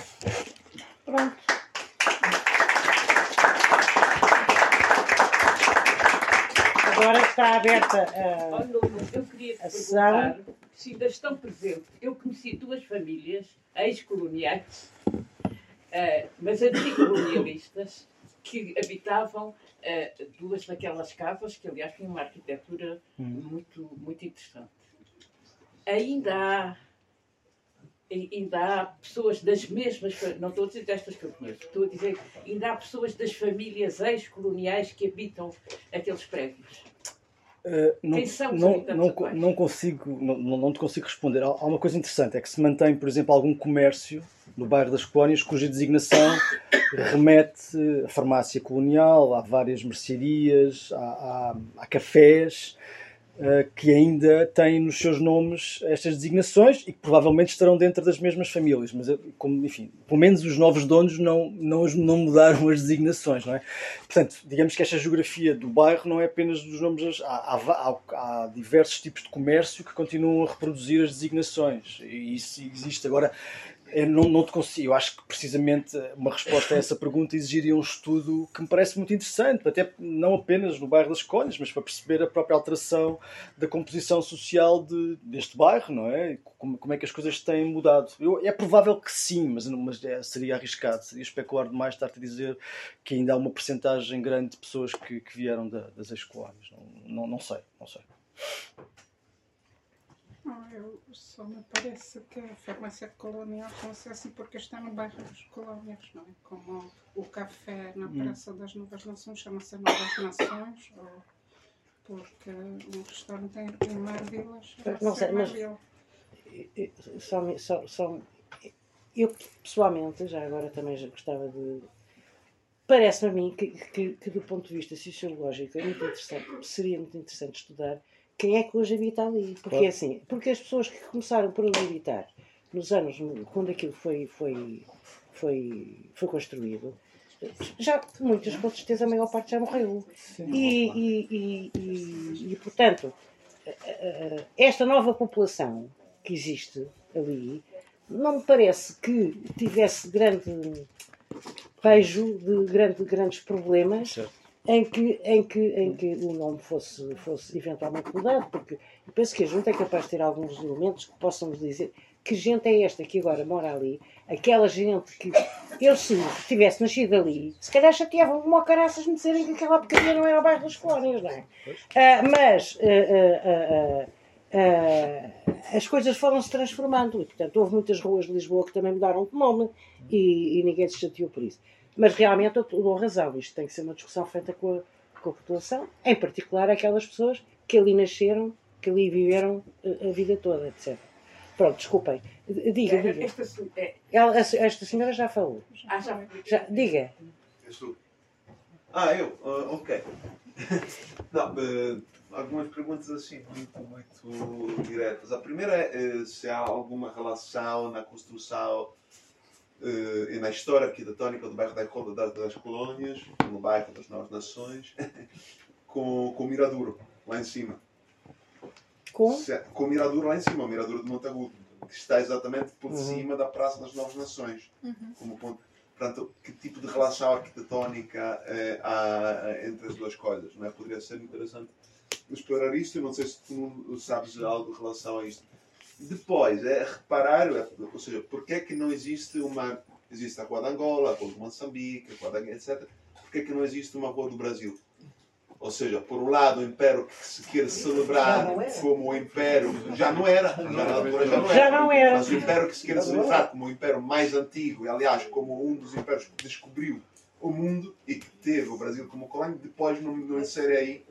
Pronto. Agora está aberta a, Olha, eu queria te a sessão. perguntar se ainda estão presentes. Eu conheci duas famílias ex-coloniais, uh, mas anticolonialistas, que habitavam uh, duas daquelas casas, que aliás tinham uma arquitetura hum. muito, muito interessante. Ainda há, ainda há pessoas das mesmas, não estou a dizer destas que eu conheço, estou a dizer, ainda há pessoas das famílias ex-coloniais que habitam aqueles prédios. Uh, não, Quem são não, não, não consigo, não, não te consigo responder. Há, há uma coisa interessante, é que se mantém, por exemplo, algum comércio no bairro das Colónias cuja designação remete à farmácia colonial, há várias mercearias, há, há, há cafés uh, que ainda têm nos seus nomes estas designações e que provavelmente estarão dentro das mesmas famílias, mas, como, enfim, pelo menos os novos donos não, não, não mudaram as designações, não é? Portanto, digamos que esta geografia do bairro não é apenas dos nomes, há, há, há diversos tipos de comércio que continuam a reproduzir as designações e isso existe. Agora, eu não, não te consigo, eu acho que precisamente uma resposta a essa pergunta exigiria um estudo que me parece muito interessante, até não apenas no bairro das Colónias, mas para perceber a própria alteração da composição social de, deste bairro, não é? Como, como é que as coisas têm mudado. Eu, é provável que sim, mas, mas é, seria arriscado, seria especular demais estar-te a dizer que ainda há uma percentagem grande de pessoas que, que vieram da, das ex-colónias. Não, não, não sei, não sei. Não, eu, só me parece que a farmácia colonial chama-se assim porque está no bairro dos Colónias, não é? Como o café na Praça hum. das Novas Nações chama-se Novas Nações, ou porque um restaurante em Marvilas não sei, mas só, só, só, eu pessoalmente, já agora também já gostava de... Parece-me a mim que, que, que do ponto de vista sociológico é muito interessante, seria muito interessante estudar quem é que hoje habita ali. Porque claro. assim, porque as pessoas que começaram por ali habitar nos anos, quando aquilo foi, foi, foi, foi construído, já muitas, com certeza, a maior parte já morreu. E, e, e, e, e, portanto, esta nova população que existe ali, não me parece que tivesse grande pejo de grande, grandes problemas em que, em, que, em que o nome fosse, fosse eventualmente mudado, porque eu penso que a junta é capaz de ter alguns elementos que possam nos dizer que gente é esta que agora mora ali, aquela gente que eu, se tivesse nascido ali, se calhar chateavam como ao caraças me dizerem que aquela porcaria não era o bairro das Colónias, não é? Uh, mas uh, uh, uh, uh, as coisas foram-se transformando e, portanto, houve muitas ruas de Lisboa que também mudaram de nome e, e ninguém se chateou por isso. Mas realmente eu dou razão, isto tem que ser uma discussão feita com a, com a população, em particular aquelas pessoas que ali nasceram, que ali viveram a, a vida toda, etcétera. Pronto, desculpem. Diga, diga. Esta, Ela, esta senhora já falou. Ah, já. já diga. Ah, eu? Uh, ok. Não, uh, algumas perguntas assim, muito, muito diretas. A primeira é uh, se há alguma relação na construção uh, e na história arquitetónica do bairro da, das Colónias, no bairro das Novas Nações, com, com o Miradouro, lá em cima. Com? Com o Miradouro lá em cima, o Miradouro de Montagudo, que está exatamente por uhum. cima da Praça das Novas Nações. Uhum. Como ponto. Portanto, que tipo de relação arquitetónica eh, há entre as duas coisas? Não é? Poderia ser interessante explorar isto. Eu não sei se tu sabes algo em relação a isto. Depois, é reparar, ou seja, porque é que não existe uma... Existe a Rua de Angola, a Rua de Moçambique, a Rua de... etcétera. Porque é que não existe uma Rua do Brasil? Ou seja, por um lado, o Império que se quer celebrar como o Império... Já não era, já na altura já não era. Já não era. Mas o Império que se quer celebrar como o Império mais antigo, e aliás, como um dos impérios que descobriu o mundo e que teve o Brasil como colónia, depois não, não insere aí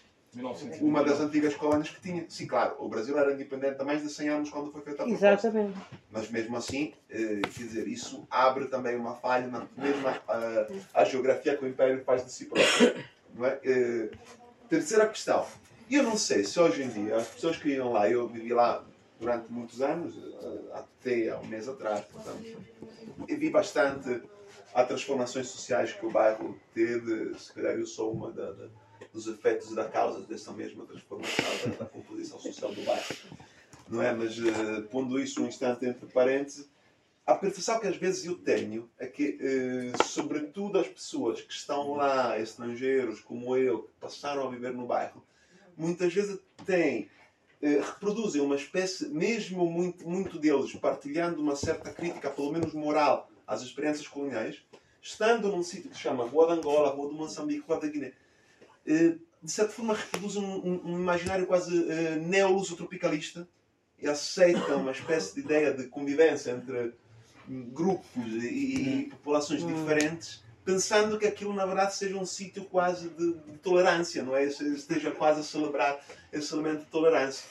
uma das antigas colónias que tinha. Sim, claro, o Brasil era independente há mais de cem anos quando foi feita a proposta. Exatamente. Mas mesmo assim, eh, quer dizer, isso abre também uma falha na mesma a, a geografia que o Império faz de si próprio. Não é? Uh, terceira questão. Eu não sei se hoje em dia as pessoas que iam lá, eu vivi lá durante muitos anos, uh, até há um mês atrás, portanto, e vi bastante as transformações sociais que o bairro teve. Se calhar eu sou uma da, da, dos efeitos e da causa dessa mesma transformação da, da composição social do bairro. Não é? Mas uh, pondo isso um instante entre parênteses, a percepção que às vezes eu tenho é que, eh, sobretudo as pessoas que estão lá, estrangeiros como eu, que passaram a viver no bairro, muitas vezes têm, eh, reproduzem uma espécie, mesmo muito, muito deles, partilhando uma certa crítica, pelo menos moral, às experiências coloniais, estando num sítio que se chama Rua de Angola, Rua do Moçambique, Rua da Guiné, eh, de certa forma reproduzem um, um, um imaginário quase eh, neo-luso-tropicalista e aceitam uma espécie de ideia de convivência entre grupos e, e populações diferentes, pensando que aquilo na verdade seja um sítio quase de, de tolerância, não é? Esteja quase a celebrar esse elemento de tolerância.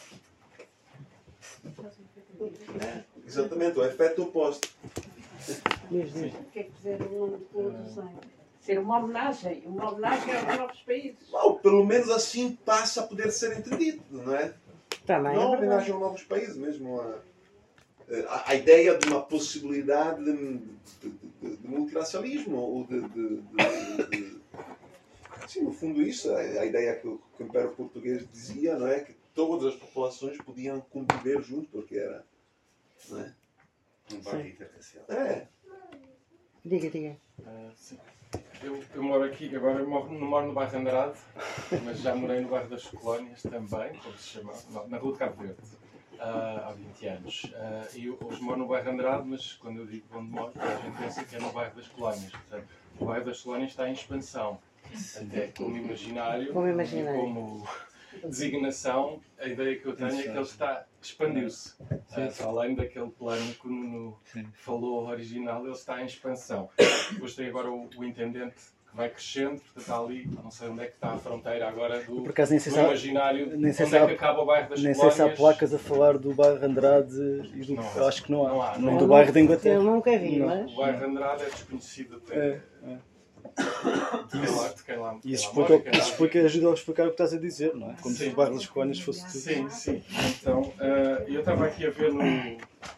É, exatamente, o efeito oposto. O que é que fizeram o nome de produção? Ser uma homenagem, uma homenagem aos novos países. Bom, pelo menos assim passa a poder ser entendido, não é? Também não é uma homenagem aos novos países, mesmo a... A, a ideia de uma possibilidade de, de, de, de multiracialismo, ou de, de, de, de, de... Sim, no fundo isso, a, a ideia que o, que o Império Português dizia, não é? Que todas as populações podiam conviver junto, porque era... Não é? Um bairro interracial. É. Diga, diga. Uh, sim. Eu, eu moro aqui, agora eu moro, não moro no bairro Andrade, mas já morei no bairro das Colónias também, como se chama, na Rua de Cabo Verde. Uh, há vinte anos. Uh, eu hoje moro no bairro Andrade, mas quando eu digo onde moro, a gente pensa que é no bairro das Colónias. Portanto, o bairro das Colónias está em expansão. Até como imaginário, como imaginário. E como designação, a ideia que eu tenho é que ele está expandiu-se. Uh, além daquele plano que o Nuno falou original, ele está em expansão. Depois tem agora o, o intendente que vai crescendo, portanto está ali, não sei onde é que está a fronteira agora do, Por acaso, nem sei do se há, imaginário, nem sei onde se há, é que acaba o bairro das nem Colónias. Nem sei se há placas a falar do bairro Andrade e do... Não, eu acho que não há. Não há Nem não. do bairro da Inglaterra. Eu nunca vi, não. mas... O bairro Andrade é desconhecido até. É, é. Quem lá, quem lá, E isso quem lá explica, mora, isso explica, ajuda a explicar o que estás a dizer, não é? Como sim. se o bairro das Colónias fosse tudo. Sim, sim. Então, uh, eu estava aqui a ver no,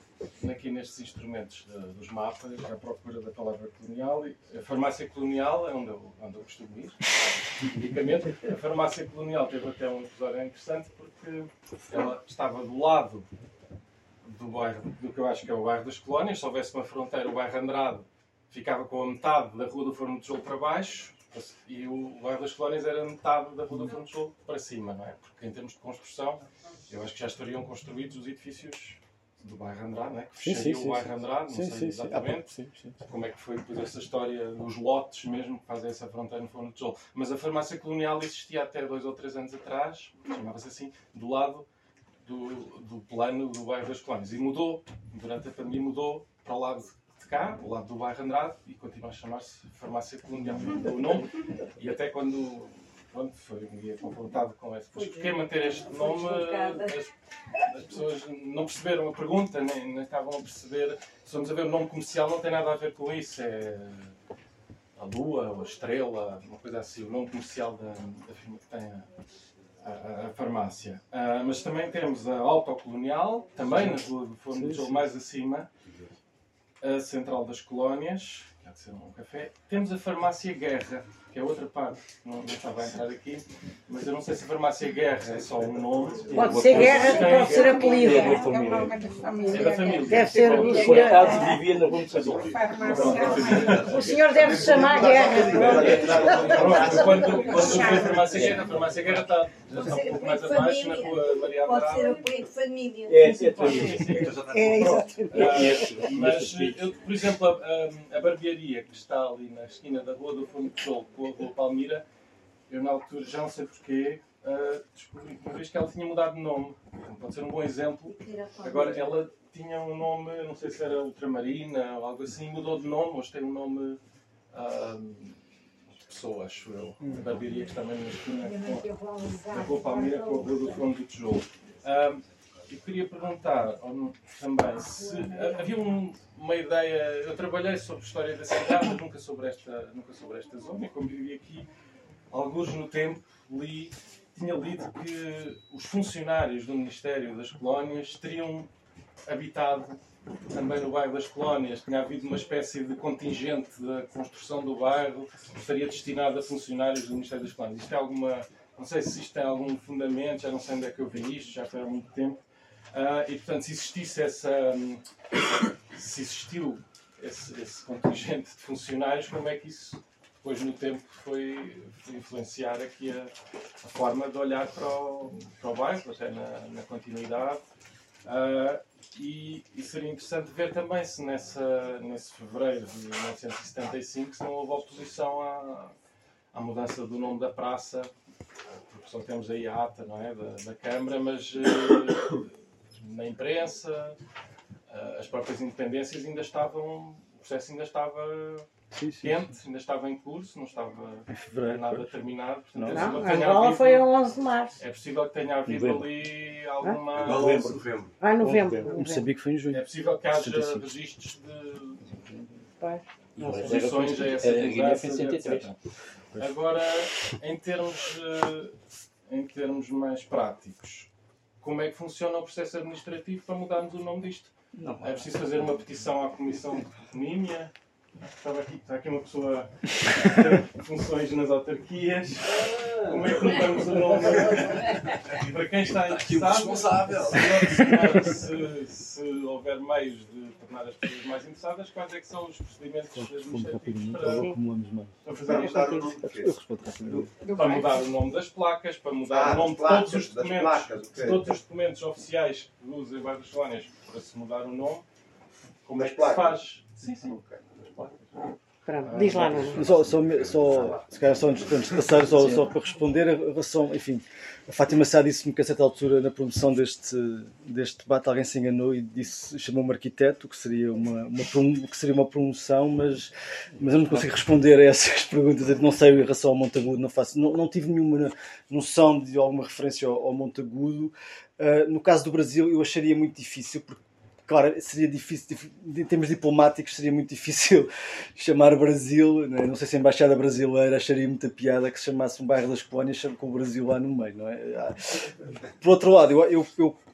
aqui nestes instrumentos de, dos mapas, à procura da palavra colonial. E a farmácia colonial é onde eu, onde eu costumo ir, tipicamente. A farmácia colonial teve até um episódio interessante porque ela estava do lado do bairro, do que eu acho que é o bairro das Colónias. Se houvesse uma fronteira, o bairro Andrade ficava com a metade da Rua do Forno de Tijolo para baixo e o bairro das Colónias era metade da Rua do Forno de Tijolo para cima, não é? Porque em termos de construção, eu acho que já estariam construídos os edifícios do bairro Andrade, não é? Que fechariam o bairro Andrade, não sim, sei sim, exatamente sim. Sim, sim. como é que foi depois essa história dos lotes mesmo que fazem essa fronteira no Forno de Tijolo. Mas a farmácia colonial existia até dois ou três anos atrás, chamava-se assim, do lado do, do plano do bairro das Colónias. E mudou, durante a pandemia mudou para o lado de cá, o lado do bairro Andrade, e continua a chamar-se farmácia colonial. Mudou o nome, e até quando pronto, foi um dia confrontado com esse. Pois porquê manter este nome? As, as pessoas não perceberam a pergunta, nem, nem estavam a perceber. Se vamos a ver, o nome comercial não tem nada a ver com isso. É a lua ou a estrela, uma coisa assim. O nome comercial da, da firma que tem a, a, a farmácia. Uh, mas também temos a autocolonial, também na rua do Forno de Tijolo, mais acima. A Central das Colónias, que há de ser um café. Temos a Farmácia Guerra, que é outra parte, não, não estava a entrar aqui, mas eu não sei se a Farmácia Guerra é só um nome. Pode ser Guerra, pode ser apelido. É o nome da família. É da família. Deve ser o Por senhor. acaso vivia na Rua de São O senhor deve se chamar Guerra. Pronto, quando, quando eu fui a Farmácia Guerra, a Farmácia Guerra está, já está um pouco mais abaixo, na rua Maria Pode ser Andrade. apelido de família. É, é Pode família. ser. É, exatamente. Ah, mas, eu, por exemplo, a, a, a barbearia que está ali na esquina da Rua do Forno de Tijolo com a Rua Palmira, eu na altura, já não sei porquê, uh, descobri uma vez que ela tinha mudado de nome. Pode ser um bom exemplo. Agora, ela tinha um nome, não sei se era Ultramarina ou algo assim, mudou de nome, hoje tem um nome uh, de pessoa, acho eu. A barbearia que está mesmo na esquina com a Rua Palmira com a Rua do Forno do Tijolo. Uh, Eu queria perguntar um, também se uh, havia um, uma ideia. Eu trabalhei sobre a história da cidade, mas nunca sobre esta, nunca sobre esta zona. E como vivi aqui, alguns no tempo, li, tinha lido que os funcionários do Ministério das Colónias teriam habitado também no bairro das Colónias. Tinha havido uma espécie de contingente da construção do bairro que estaria destinado a funcionários do Ministério das Colónias. Isto é alguma. Não sei se isto tem algum fundamento, já não sei onde é que eu vi isto, já foi há muito tempo. Uh, e portanto, se existisse essa, um, se existiu esse, esse contingente de funcionários, como é que isso depois no tempo foi, foi influenciar aqui a, a forma de olhar para o, para o bairro, até na, na continuidade. Uh, e, e seria interessante ver também se nessa, nesse fevereiro de mil novecentos e setenta e cinco se não houve oposição à, à mudança do nome da praça, porque só temos aí a ata, não é, da, da Câmara, mas uh, na imprensa, as próprias independências ainda estavam, o processo ainda estava sim, sim, quente, sim. ainda estava em curso, não estava em fevereiro, nada pois. terminado. Portanto, não, não a Angola foi a onze de março. É possível que tenha havido novembro. ali alguma... Ah? Novembro, novembro. Ah, novembro. Não sabia que foi em junho. É possível que haja registros de oposições a essa mudança, etcétera. Agora, em termos, em termos mais práticos, como é que funciona o processo administrativo para mudarmos o nome disto? Não, é preciso fazer uma petição à Comissão de Toponímia. Estava aqui, está aqui uma pessoa que tem funções nas autarquias. Como é que mudamos o nome? E para quem está interessado, se, se, se houver meios de tornar as pessoas mais interessadas, quais é que são os procedimentos administrativos para, para fazer isto? Para mudar o nome das placas, para mudar ah, o nome de todos os documentos, placas, okay. todos os documentos oficiais que usam em várias colónias para se mudar o nome. Como é que se faz? Sim, sim. Okay. Pronto, diz lá, não. Só, só, só, se calhar só antes de passar, só, só para responder, a relação, enfim, a Fátima Sá disse-me que a certa altura, na promoção deste, deste debate, alguém se enganou e disse, chamou-me arquiteto, que seria uma, uma, que seria uma promoção, mas, mas eu não consigo responder a essas perguntas, eu não sei em relação ao Montagudo, não, faço, não, não tive nenhuma noção de alguma referência ao, ao Montagudo. Uh, no caso do Brasil, eu acharia muito difícil, porque claro, seria difícil, em termos diplomáticos, seria muito difícil chamar Brasil, não, é? Não sei se a Embaixada Brasileira acharia muita piada que se chamasse um bairro das Colónias com o Brasil lá no meio, não é? Por outro lado, eu, eu, eu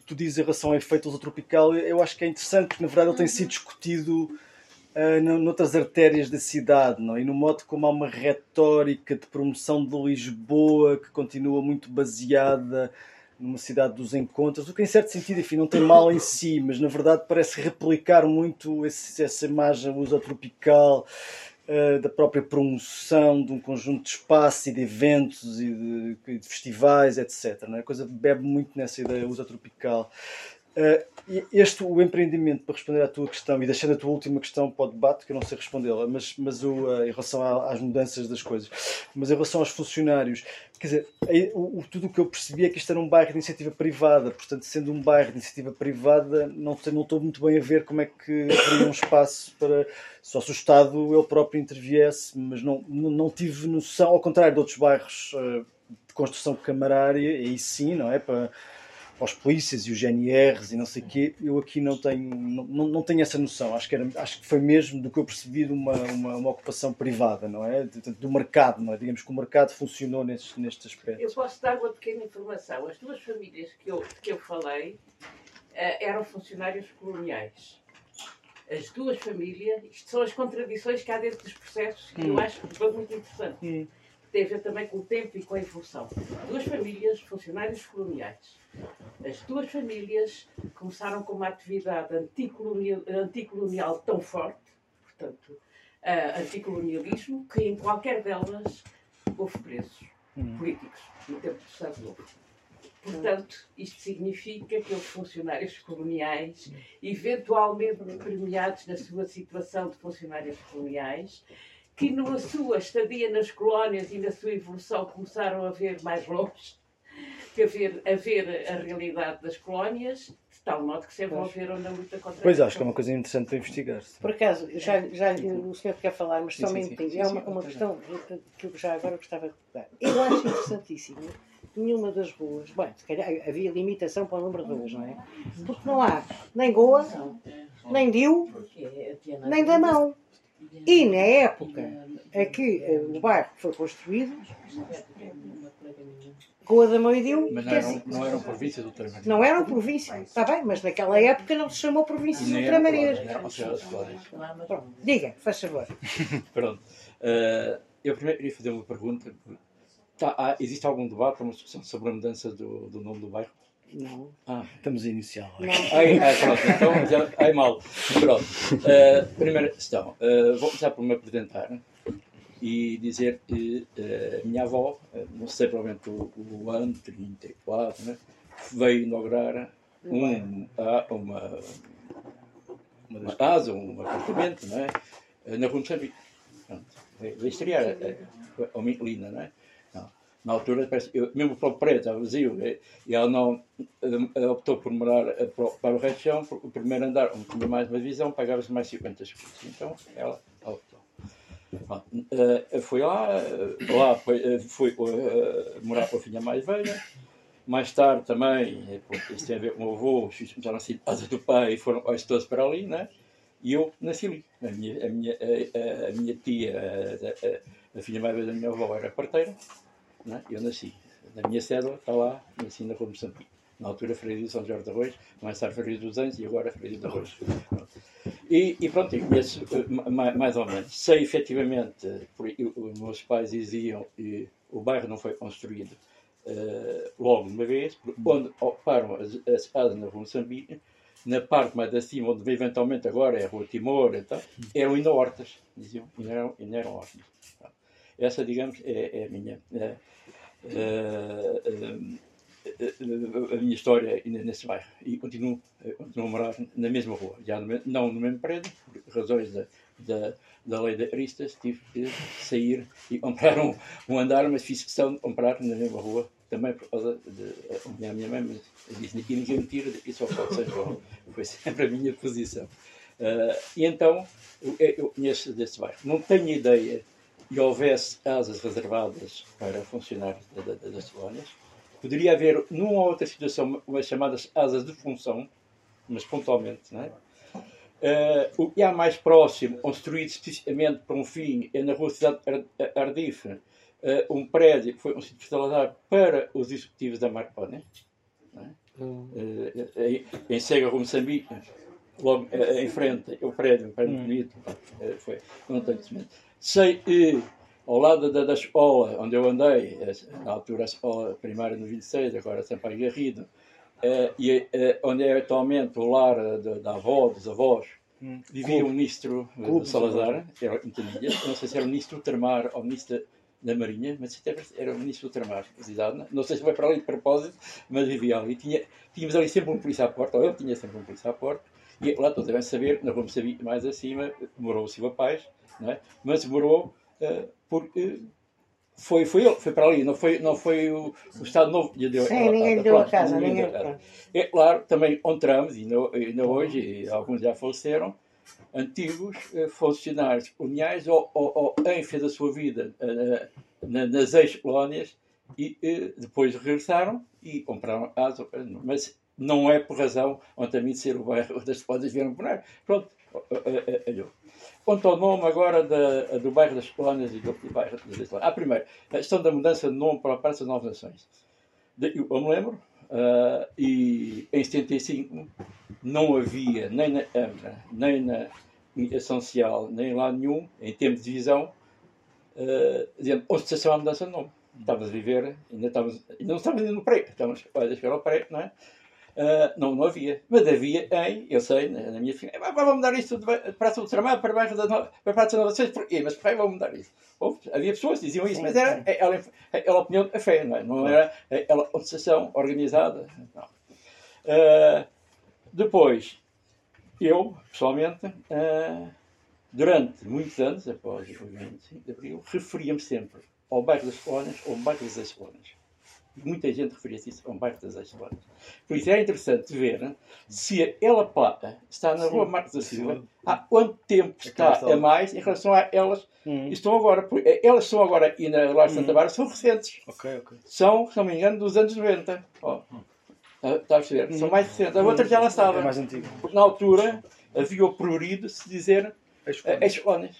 tu dizes em relação ao efeito usotropical, eu acho que é interessante, porque na verdade ele tem sido discutido uh, noutras artérias da cidade, não? E no modo como há uma retórica de promoção de Lisboa que continua muito baseada numa cidade dos encontros, o que em certo sentido, enfim, não tem mal em si, mas na verdade parece replicar muito esse, essa imagem usotropical uh, da própria promoção de um conjunto de espaços e de eventos e de, de festivais, etcétera. Não é? A coisa bebe muito nessa ideia usotropical. Uh, este, o empreendimento, para responder à tua questão, e deixando a tua última questão para o debate, que eu não sei respondê-la, mas, mas o, uh, em relação a, às mudanças das coisas, mas em relação aos funcionários, quer dizer, o, o, tudo o que eu percebi é que isto era um bairro de iniciativa privada, portanto, sendo um bairro de iniciativa privada, não, não estou muito bem a ver como é que haveria um espaço para, só se o Estado ele próprio interviesse, mas não, não, não tive noção, ao contrário de outros bairros uh, de construção camarária, e aí sim, não é, para aos polícias e os G N Rs e não sei o quê, eu aqui não tenho, não, não tenho essa noção. Acho que, era, acho que foi mesmo, do que eu percebi, de uma, uma, uma ocupação privada, não é? De, de, do mercado, não é? Digamos que o mercado funcionou neste, neste aspecto. Eu posso dar uma pequena informação. As duas famílias que eu, que eu falei uh, eram funcionários coloniais. As duas famílias, isto são as contradições que há dentro dos processos, e hum. eu acho que foi muito interessante. Hum. Tem a ver também com o tempo e com a evolução. Duas famílias, funcionários coloniais. As duas famílias começaram com uma atividade anticolonial, anticolonial tão forte, portanto, uh, anticolonialismo, que em qualquer delas houve presos hum. políticos no tempo do Estado Novo. Portanto, isto significa que os funcionários coloniais, eventualmente premiados na sua situação de funcionários coloniais, que na sua estadia nas colónias e na sua evolução começaram a ver mais longe, que a ver, a ver a realidade das colónias, de tal modo que se envolveram na luta contra a Pois, acho que é uma coisa interessante para investigar. Por acaso, já, já o senhor quer falar, mas só um minutinho. É uma, uma questão que eu já agora gostava de colocar. Eu acho interessantíssimo que nenhuma das ruas, bem, se calhar havia limitação para o número de ruas, não é? Porque não há nem Goa, nem Diu, nem Damão. E na época em que uh, o bairro foi construído, com a Damão e Diu, mas não eram, não eram províncias do Ultramarias. Não eram províncias, está bem, mas naquela época não se chamou províncias do Ultramarias. Diga, faz favor. Pronto. Uh, eu primeiro queria fazer uma pergunta. Tá, há, existe algum debate, uma discussão sobre a mudança do, do nome do bairro? Não. Ah, estamos a iniciar. Ai, ai, pronto, então já. Ai, mal. Pronto. Uh, primeira questão. Uh, vou começar por me apresentar e dizer que uh, a minha avó, uh, não sei, provavelmente o, o ano trinta e quatro, né, veio inaugurar um, uh, uma, uma casa, um apartamento, não é? Uh, na Rua de Moçambique. Veio estrear a, a, a Michelina, não é? Na altura, parece, eu, mesmo para o prédio estava vazio, e, e ela não uh, optou por morar uh, para o resto do chão, o primeiro andar, onde tinha mais uma divisão, pagava-se mais cinquenta escudos. Então, ela optou. Bom, uh, foi lá, uh, lá foi, uh, foi uh, morar com a filha mais velha. Mais tarde também, porque isso tem a ver com o meu avô, os filhos começaram a sair de casa do pai e foram quase todos para ali, né? E eu nasci ali. A minha, a minha, a, a, a minha tia, a, a, a filha mais velha da minha avó, era parteira. Não, eu nasci. Na minha cédula está lá, nasci na Rua de Moçambique. Na altura, Freguesia de São Jorge de Arroz, mais tarde Freguesia dos Anjos e agora Freguesia de Arroz. E, e pronto, eu conheço uh, mais, mais ou menos. Sei efetivamente, por, eu, os meus pais diziam que o bairro não foi construído uh, logo de uma vez, porque quando ocuparam as, as casas na Rua de Moçambique, na parte mais acima, onde eventualmente agora é a Rua Timor, então, eram ainda hortas, diziam, ainda eram, ainda eram hortas. Essa, digamos, é, é a minha é, é, é, a minha história nesse bairro. E continuo, continuo a morar na mesma rua, já no, não no mesmo prédio, por razões da, da, da lei de aristas, tive que sair e comprar um, um andar, mas fiz questão de comprar na mesma rua, também por causa de a minha mãe, mas disse que ninguém me tira daqui, só pode ser João. Foi sempre a minha posição. Uh, e então, eu, eu conheço desse bairro. Não tenho ideia e houvesse casas reservadas para funcionários da, da, das colónias, poderia haver, numa ou outra situação, umas chamadas casas de função, mas pontualmente, não é? Uh, o que há mais próximo, construído especificamente para um fim, é na Rua Cidade Ardife, uh, um prédio que foi construído para os executivos da Marconi, é? Uh, em, em Cega, Moçambique, logo uh, em frente, o prédio, um prédio hum. bonito, uh, foi, não tenho conhecimento. Sei, uh, ao lado da, da escola onde eu andei, na altura a escola primária no vinte e seis, agora sempre a Garrido, uh, e uh, onde é atualmente o lar da, da avó, dos avós, hum. vivia o ministro uh, Salazar, era, entendia, não sei se era o ministro Termar ou o ministro da Marinha, mas era o ministro do Tramar, não sei se foi para ali de propósito, mas vivia ali. Tinha, tínhamos ali sempre um polícia à porta, ou eu tinha sempre um polícia à porta, e lá todos devem saber, não vamos saber mais acima, morou o Silva Paz, não é? Mas morou uh, porque uh, foi, foi ele, foi para ali, não foi, não foi o, o Estado Novo que lhe deu. Sim, a, ninguém lhe deu a casa. Ninguém ninguém deu a casa. É claro, também entramos, e ainda, ainda hoje, e alguns já faleceram, antigos uh, funcionários coloniais ou, ou, ou em fez a sua vida uh, na, nas ex-colónias e uh, depois regressaram e compraram casa, mas não é por razão onde também de ser o bairro das colónias vieram morar. Pronto, olhou. Uh, uh, Quanto ao nome agora da, do bairro das colónias e do, do bairro das colónias. Ah, primeiro, a questão da mudança de nome para a Praça das Novas Nações. Eu, eu me lembro, uh, e em setenta e cinco não havia nem na Câmara, nem na Ação Social, nem lá nenhum, em termos de divisão, uh, dizendo, ostentação à mudança de nome. Estávamos a viver, ainda estávamos, ainda não estávamos no pré, estávamos a esperar o pré, não é? Uh, não, não havia. Mas havia em, eu sei, na, na minha filha, vamos mudar isto de Praça do Tramar para bairro da para a Praça das Nações, porquê? Mas porquê vamos mudar isso? Houve, havia pessoas que diziam isso, sim, mas era ela, ela opinião da fé, não é? Não era ela associação organizada. Não. Uh, depois, eu, pessoalmente, uh, durante muitos anos, após o vinte e cinco de Abril, referia-me sempre ao bairro das Colónias ou ao bairro das Ex-Colónias. Muita gente referia-se isso a um bairro das Ex-Colónias. Por isso é interessante ver se aquela placa está na Rua Marcos da Silva, há quanto tempo está a mais em relação a elas uhum. estão agora. Elas estão agora e na Lar Santa Bárbara são recentes. Okay, okay. São, se não me engano, dos anos noventa. Oh. Está a perceber? Uhum. São mais recentes. A outra já lá estava. É mais antigo. Porque na altura havia o prurido de se dizer Ex-Colónias.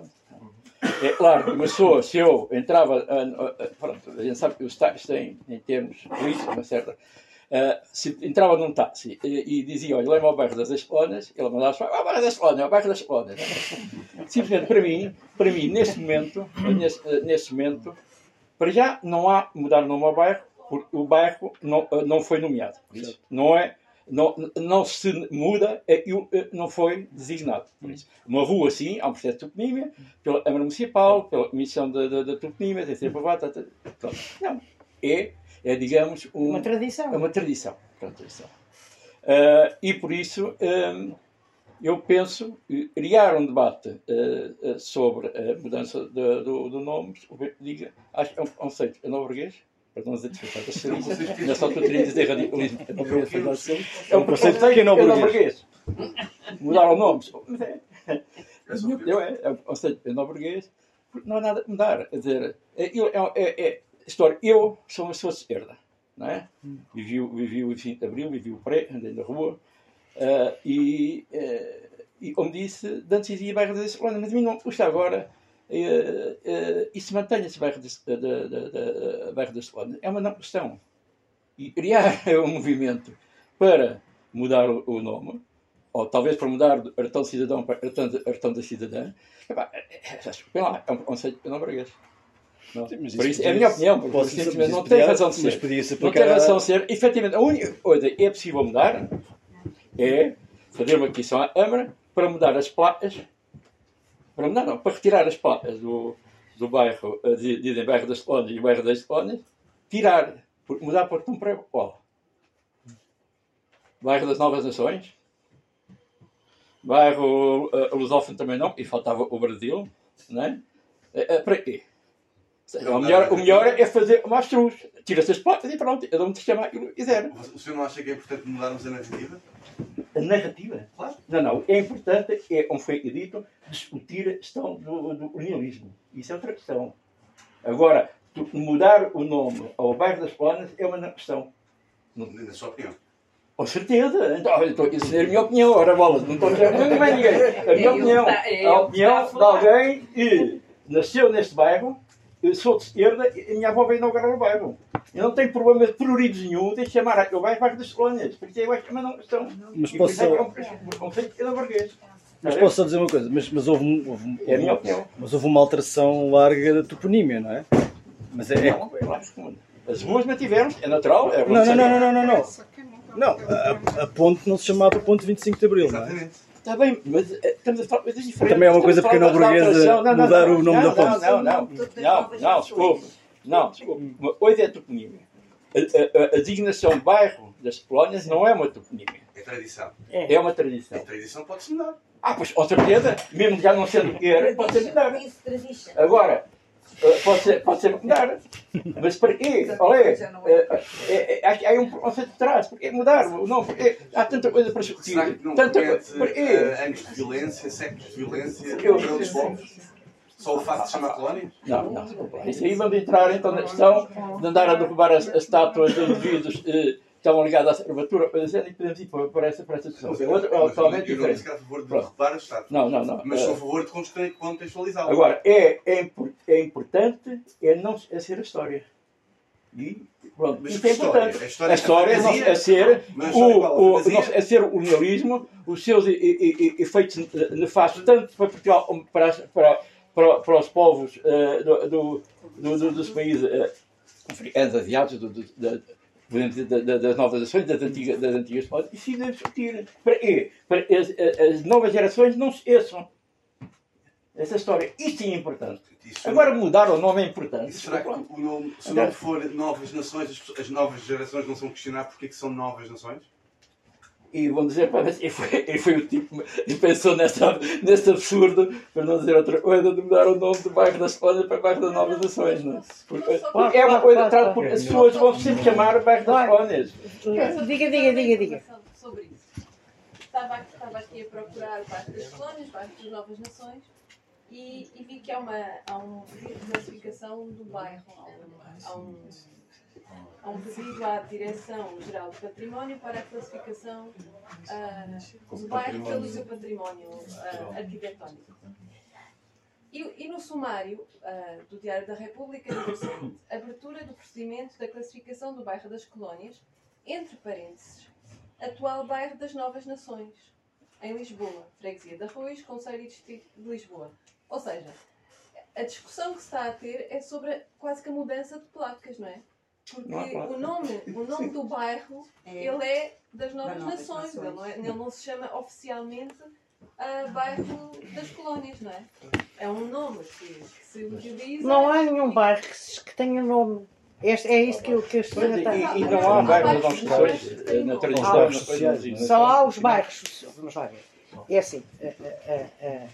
É claro que uma pessoa, se eu entrava, uh, uh, pronto, a gente sabe que os táxis têm, em termos políticos, uma certa. Uh, se entrava num táxi e, e dizia, olha, leva ao bairro das Ex-Colónias, ele mandava falar, ah, o bairro das Colónias, o bairro das Colónias. Simplesmente para mim, para mim, neste momento, nesse, uh, nesse momento, para já não há mudar o nome ao bairro, porque o bairro não, uh, não foi nomeado. Por isso, não é. Não, não se muda, não foi designado. Por isso, uma rua, sim, há um processo de toponímia, pela Câmara Municipal, pela Comissão da Toponímia, tem sempre a Não, é, é, digamos, um, uma tradição. É uma tradição. Uma tradição. Uh, e por isso, um, eu penso, criar um debate uh, sobre a mudança de, do, do nome, diga, acho que é um conceito novo-burguês. Para não dizer desfeitado socialista, nessa altura teria de dizer radicalismo, é uma coisa socialista. É um conceito que é não-burguês. Mudar o nome. É, é um conceito é não-burguês, porque não há nada a mudar. Quer dizer, é, é, é, história, eu sou uma pessoa de esquerda, não é? Vivi, vivi o vinte de Abril, vivi o pré, andei na rua, uh, e, uh, e, como disse, antes dizia bairro das Ex-Colónias, mas a mim não custa agora. Uh, uh, e se mantém esse bairro, de, de, de, de, de, bairro das Colónias é uma não questão. E criar um movimento para mudar o, o nome, ou talvez para mudar do Artão Cidadão para Artão, Artão da Cidadã, epá, é, lá, é um conceito não burguês. Não. Sim, por isso, é a minha opinião, porque posso, simplesmente não tem razão de ser. Não tem razão de ser. Efetivamente, a única coisa que é possível mudar é fazer uma petição à Câmara para mudar as placas. Para mudar, não, para retirar as placas do, do bairro, dizem bairro das Colónias e bairro das Colónias, tirar, mudar para um pré qual? Bairro das Novas Nações, bairro uh, lusófono também não, e faltava o Brasil, não é? Uh, uh, para quê? O melhor, o melhor é fazer uma avestruz, tira-se as placas e pronto, eu dou-me de chamar aquilo e zero. O senhor não acha que é importante mudarmos a narrativa? A narrativa? Claro. Não, não. É importante, é, como foi dito, discutir a questão do, do colonialismo. Isso é outra questão. Agora, mudar o nome ao bairro das Colónias é uma questão. Na sua opinião? Com certeza. Então, estou a dizer a minha opinião. Ora, bolas, não estou a dizer a ninguém. A minha opinião. A opinião de alguém que nasceu neste bairro. Eu sou de esquerda e a minha avó veio inaugurar o bairro. Eu não tenho problema de pruridos nenhum de chamar aquele bairro Bairro das Colónias, porque eu acho que é uma não questão. Mas E posso por isso é que só- é um conceito canavarguês. Mas posso só dizer uma coisa, mas, mas, houve, um- houve, É a minha opinião. mas houve uma alteração larga da toponímia, não é? Mas é. é- Não, é lá comum. As ruas mantiveram-se, é natural. É Não, não, não, não, não, não, não. Só que não dá Não, para- a, a ponte não se chamava Ponte vinte e cinco de Abril, não é? Exatamente. Está bem, mas eh, estamos a falar de coisas diferentes. Também é uma coisa Estamos a falar pequeno-burguesa da alteração. Não, não, mudar não, o nome não, da ponte. Não, não, não, não, não, desculpe. Não, desculpe. Uma coisa é a toponímia. A, a, a designação bairro das colónias não é uma toponímia. É tradição. É uma tradição. A tradição pode-se mudar. Ah, pois com certeza, mesmo já não sendo o que era, pode ser mudar. Isso, tradition. Agora, eh, pode ser, pode ser mudar. Mas para quê? Olha, eh, eh, eh, há um conceito de trás. Porquê mudar o nome? Porquê? Há tanta coisa para discutir. Será que não Tanta comete coisa. Porquê? eh, anos de violência, séculos de violência Eu- contra outros povos? Só o facto de chamar colónias? Não, não, desculpa. Isso aí vamos entrar então na questão de andar a derrubar as, as estátuas de indivíduos eh, que estavam ligados à servatura, coisa assim, e podemos ir para, para essa, para essa discussão. É outra, é Mas totalmente eu não disse diferente. que era a favor de Pronto. derrubar os Estados. Não, não, não. Mas Eh, sou a favor de conte- contextualizá-lo. Agora, é, é, impor- é importante é não é ser a história. E pronto, Mas isso que é história? importante. A história A história é é, não- fantasia? é ser Mas a o, história qual? A o, fantasia? não- é ser o colonialismo, os seus e- e- e- efeitos nefastos, tanto para Portugal como para, as- para, para, para os povos eh, do, do, do- do- dos países eh, africanos, asiáticos, do, do, da- podemos dizer, da- da- das novas nações, das antigas, das antigas povos, e sim devemos discutir. Para quê? Para que as, as novas gerações não se esqueçam essa história. Isso sim é importante. Isso- Agora mudar o nome é importante. E será que o nome, se o nome for novas nações, as, pessoas- as novas gerações não são questionar porque é que são novas nações? E vão dizer, pá, mas e foi, e foi o tipo que pensou nessa, nesse absurdo, para não dizer outra coisa, de mudar o nome do bairro das Colónias para o bairro das Novas Nações, não é? Porque, porque é uma coisa atrás, porque as pessoas vão sempre chamar o bairro das Colónias. Diga, diga, diga, diga. Sobre isso. Estava, aqui- estava aqui a procurar o bairro das Colónias, o bairro das Novas Nações, e, e vi que há, uma, há um pedido de classificação do bairro. Há um, há um, há um pedido à Direção-Geral do Património para a classificação ah, do bairro pelo seu património ah, arquitetónico. E, e no sumário ah, do Diário da República diz o seguinte: abertura do procedimento da classificação do bairro das Colónias, entre parênteses, atual bairro das Novas Nações, em Lisboa, Freguesia de Arroios, Concelho e Distrito de Lisboa. Ou seja, a discussão que se está a ter é sobre a- quase que a mudança de placas, não é? Porque Não há placa. o nome, o nome do bairro, É. ele é das Novas Novas Nações, ele não, é- Nações. ele não se chama oficialmente ah, bairro das Colónias, não é? É um nome que, que se utiliza. Não há nenhum bairro que, se- que tenha nome. Este, é isso que eu, que eu estou a Pois, tentar. E, e não há bairro das Novas Nações eh, na tradição. Há os sociais. Só há os bairros. Vamos lá ver. É assim. eh, eh, eh,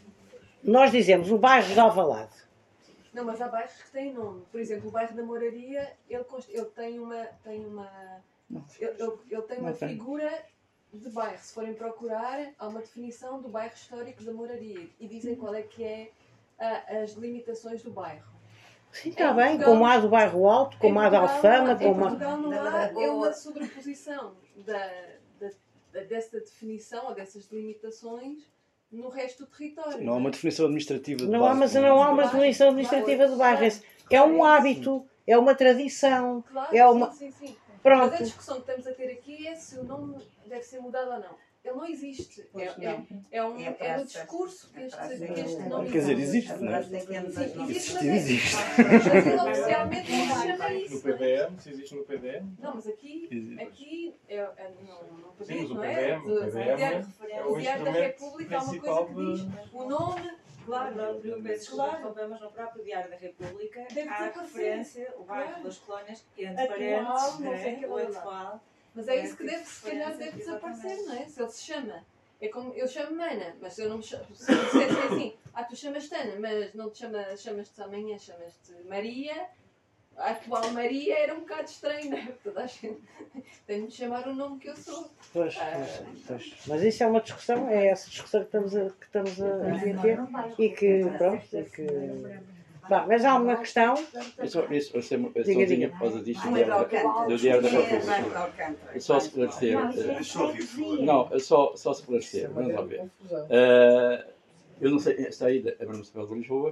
nós dizemos o bairro de Alvalade. Não, mas há bairros que têm nome. Por exemplo, o bairro da Moraria, ele, const- ele tem uma. Tem uma ele, ele- ele tem uma Não tem. figura de bairro. Se forem procurar, há uma definição do bairro histórico da Moraria e dizem qual é que é ah, as limitações do bairro. Sim, está Em bem. Portugal- Como há do bairro Alto, como Em há da Portugal Alfama, não há- como Em há. Portugal não Da há Lagoa. é uma sobreposição da, da, da- dessa definição ou dessas delimitações no resto do território. Não há uma definição administrativa de Não há, base, mas é? não há uma definição administrativa do bairro. Esse É um hábito, é uma tradição. Claro, É uma- sim, sim, sim. Pronto. Mas a discussão que estamos a ter aqui é se o nome deve ser mudado ou não. Ele não existe. É, Pois é, não. é, um, É a é no praça. discurso que É a este, praça. que este nome Quer dizer, existe, não é? Nós temos Sim, as novas existe, Existir, mas é- existe. Mas ele oficialmente não se chama No isso. P D M, se existe no P D M. Não, mas aqui, Existe. aqui é, é, não, não Sim, podemos, mas o não P é? D M, o De- P D M o Diário- é o o Diário da instrumento República há uma principal coisa que diz de- o nome. Claro, não peço desculpa, mas no próprio Diário da República Deve há desaparecer. referência, o bairro Claro. das Colónias, entre Atual, parênteses, não sei né, que o lá. atual. Mas é isso que Parece deve, se calhar, diferenças, deve desaparecer, exatamente. não é? Se ele se chama. É como eu chamo Mana, mas se eu não me chamo. Se eu dissesse assim, ah, tu chamas-te Ana, mas não te chama, chamas-te amanhã, chamas-te Maria. A atual Maria era um bocado estranho, não é? Toda a gente tem de me chamar o nome que eu sou. Pois, pois, pois. Mas isso é uma discussão, é essa discussão que estamos a, que estamos a, a ter e que, pronto, e que... Bom, mas há uma questão, Eu só, isso, eu sei, eu Diga, sozinha diga. por causa disto, do Muito Diário da- Alcântara. do Diário da É, Bairro de República. Alcântara. É só esclarecer. eh, Deixa eu ouvir, por favor. Não, é só, só esclarecer. Vamos lá ver. Eh, eu não sei, está aí a Câmara Municipal de Lisboa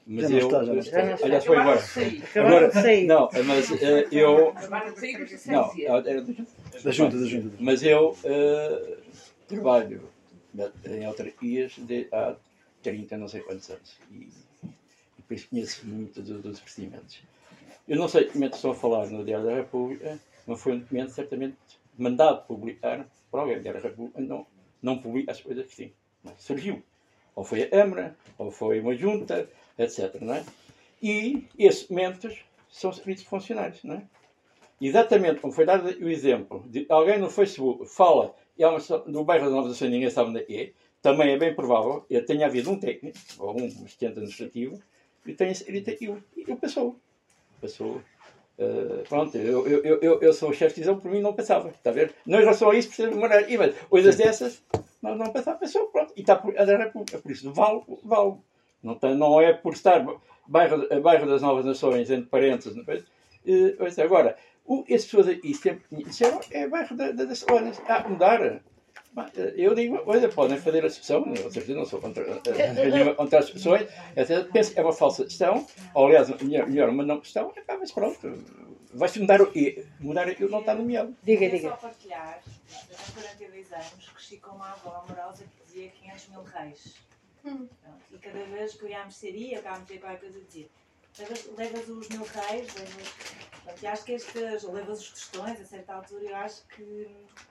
Mas Já não eu, está, já não está. eh, aliás, foi Acabaram embora. de sair. Acabaram de sair. Não, mas eh, eu. Acabaram de sair os Não, licenciados. era do- Da junta, da junta. Mas eu eh, trabalho em autarquias de, há trinta, não sei quantos anos. E, e depois conheço muito do- dos procedimentos. Eu não sei que documento estou a falar no Diário da República, mas foi um documento certamente mandado publicar por alguém. O Diário da República não, não publica as coisas que sim. Não, surgiu. Ou foi a Câmara, ou foi uma junta, etcétera. Não é? E esses documentos são serviços funcionários. Não é? Exatamente como foi dado o exemplo de alguém no Facebook fala e é uma, do bairro da Nova Nação ninguém sabe onde é, também é bem provável que tenha havido um técnico, ou um assistente administrativo, e tenha e, e, e passou. Passou. Uh, pronto, eu, eu, eu, eu sou o chefe de divisão, por mim não passava. Está a ver? Não em relação a isso, precisa demorar. E, mas, coisas dessas, não, não passava, passou. Pronto. E está por, a República. Por isso, vale, vale. Não, tem, não é por estar bairro, bairro das Novas Nações, entre parênteses. Não é? Uh, agora, o, as pessoas aqui sempre disseram é bairro da, da, das Colónias. Ah, mudar. Eu digo uma coisa, podem fazer a discussão, ou seja, não sou contra, contra as pessoas, até penso que é uma falsa questão, ou aliás, melhor, melhor uma não questão, é pá, mas pronto, vai-se mudar o I, mudar aquilo não está nomeado. Diga, Eu diga. só partilhar, eu tenho quarenta e dois anos, cresci com uma avó amorosa que dizia quinhentos mil reis. Hum. E cada vez que eu ia à mercearia, eu cá meter qualquer coisa, dizia levas, levas os mil reis, levas... Portanto, e acho que estas, ou levas os tostões, a certa altura, eu acho que...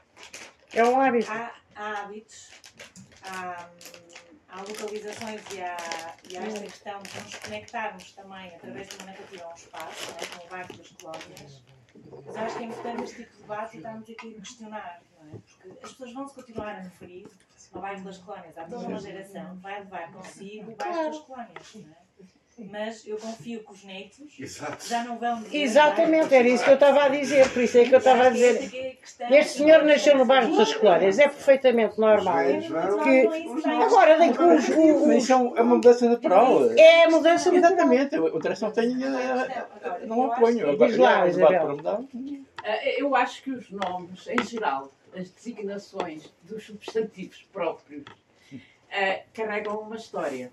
É um hábito. Há, há hábitos, há, há localizações e há, e há esta questão de nos conectarmos também através de uma narrativa a um espaço, né, com o bairro das colónias. Mas acho que é importante este tipo de debate e estarmos aqui a questionar, não é? Porque as pessoas vão-se continuar a referir ao bairro das colónias. Há toda uma geração que vai levar consigo o bairro das colónias, não é? Mas eu confio que os netos Exato. já não vão dizer... Exatamente, era isso que eu estava a dizer, por isso é que eu estava a dizer. Este senhor nasceu no bairro das Colónias, é perfeitamente normal. Que agora daqui os, os, Mas isso é uma mudança natural. é a mudança natural. Exatamente, o resto não tem, não aponho. Diz lá, Isabel. Eu acho que os nomes, em geral, as designações dos substantivos próprios, uh, carregam uma história.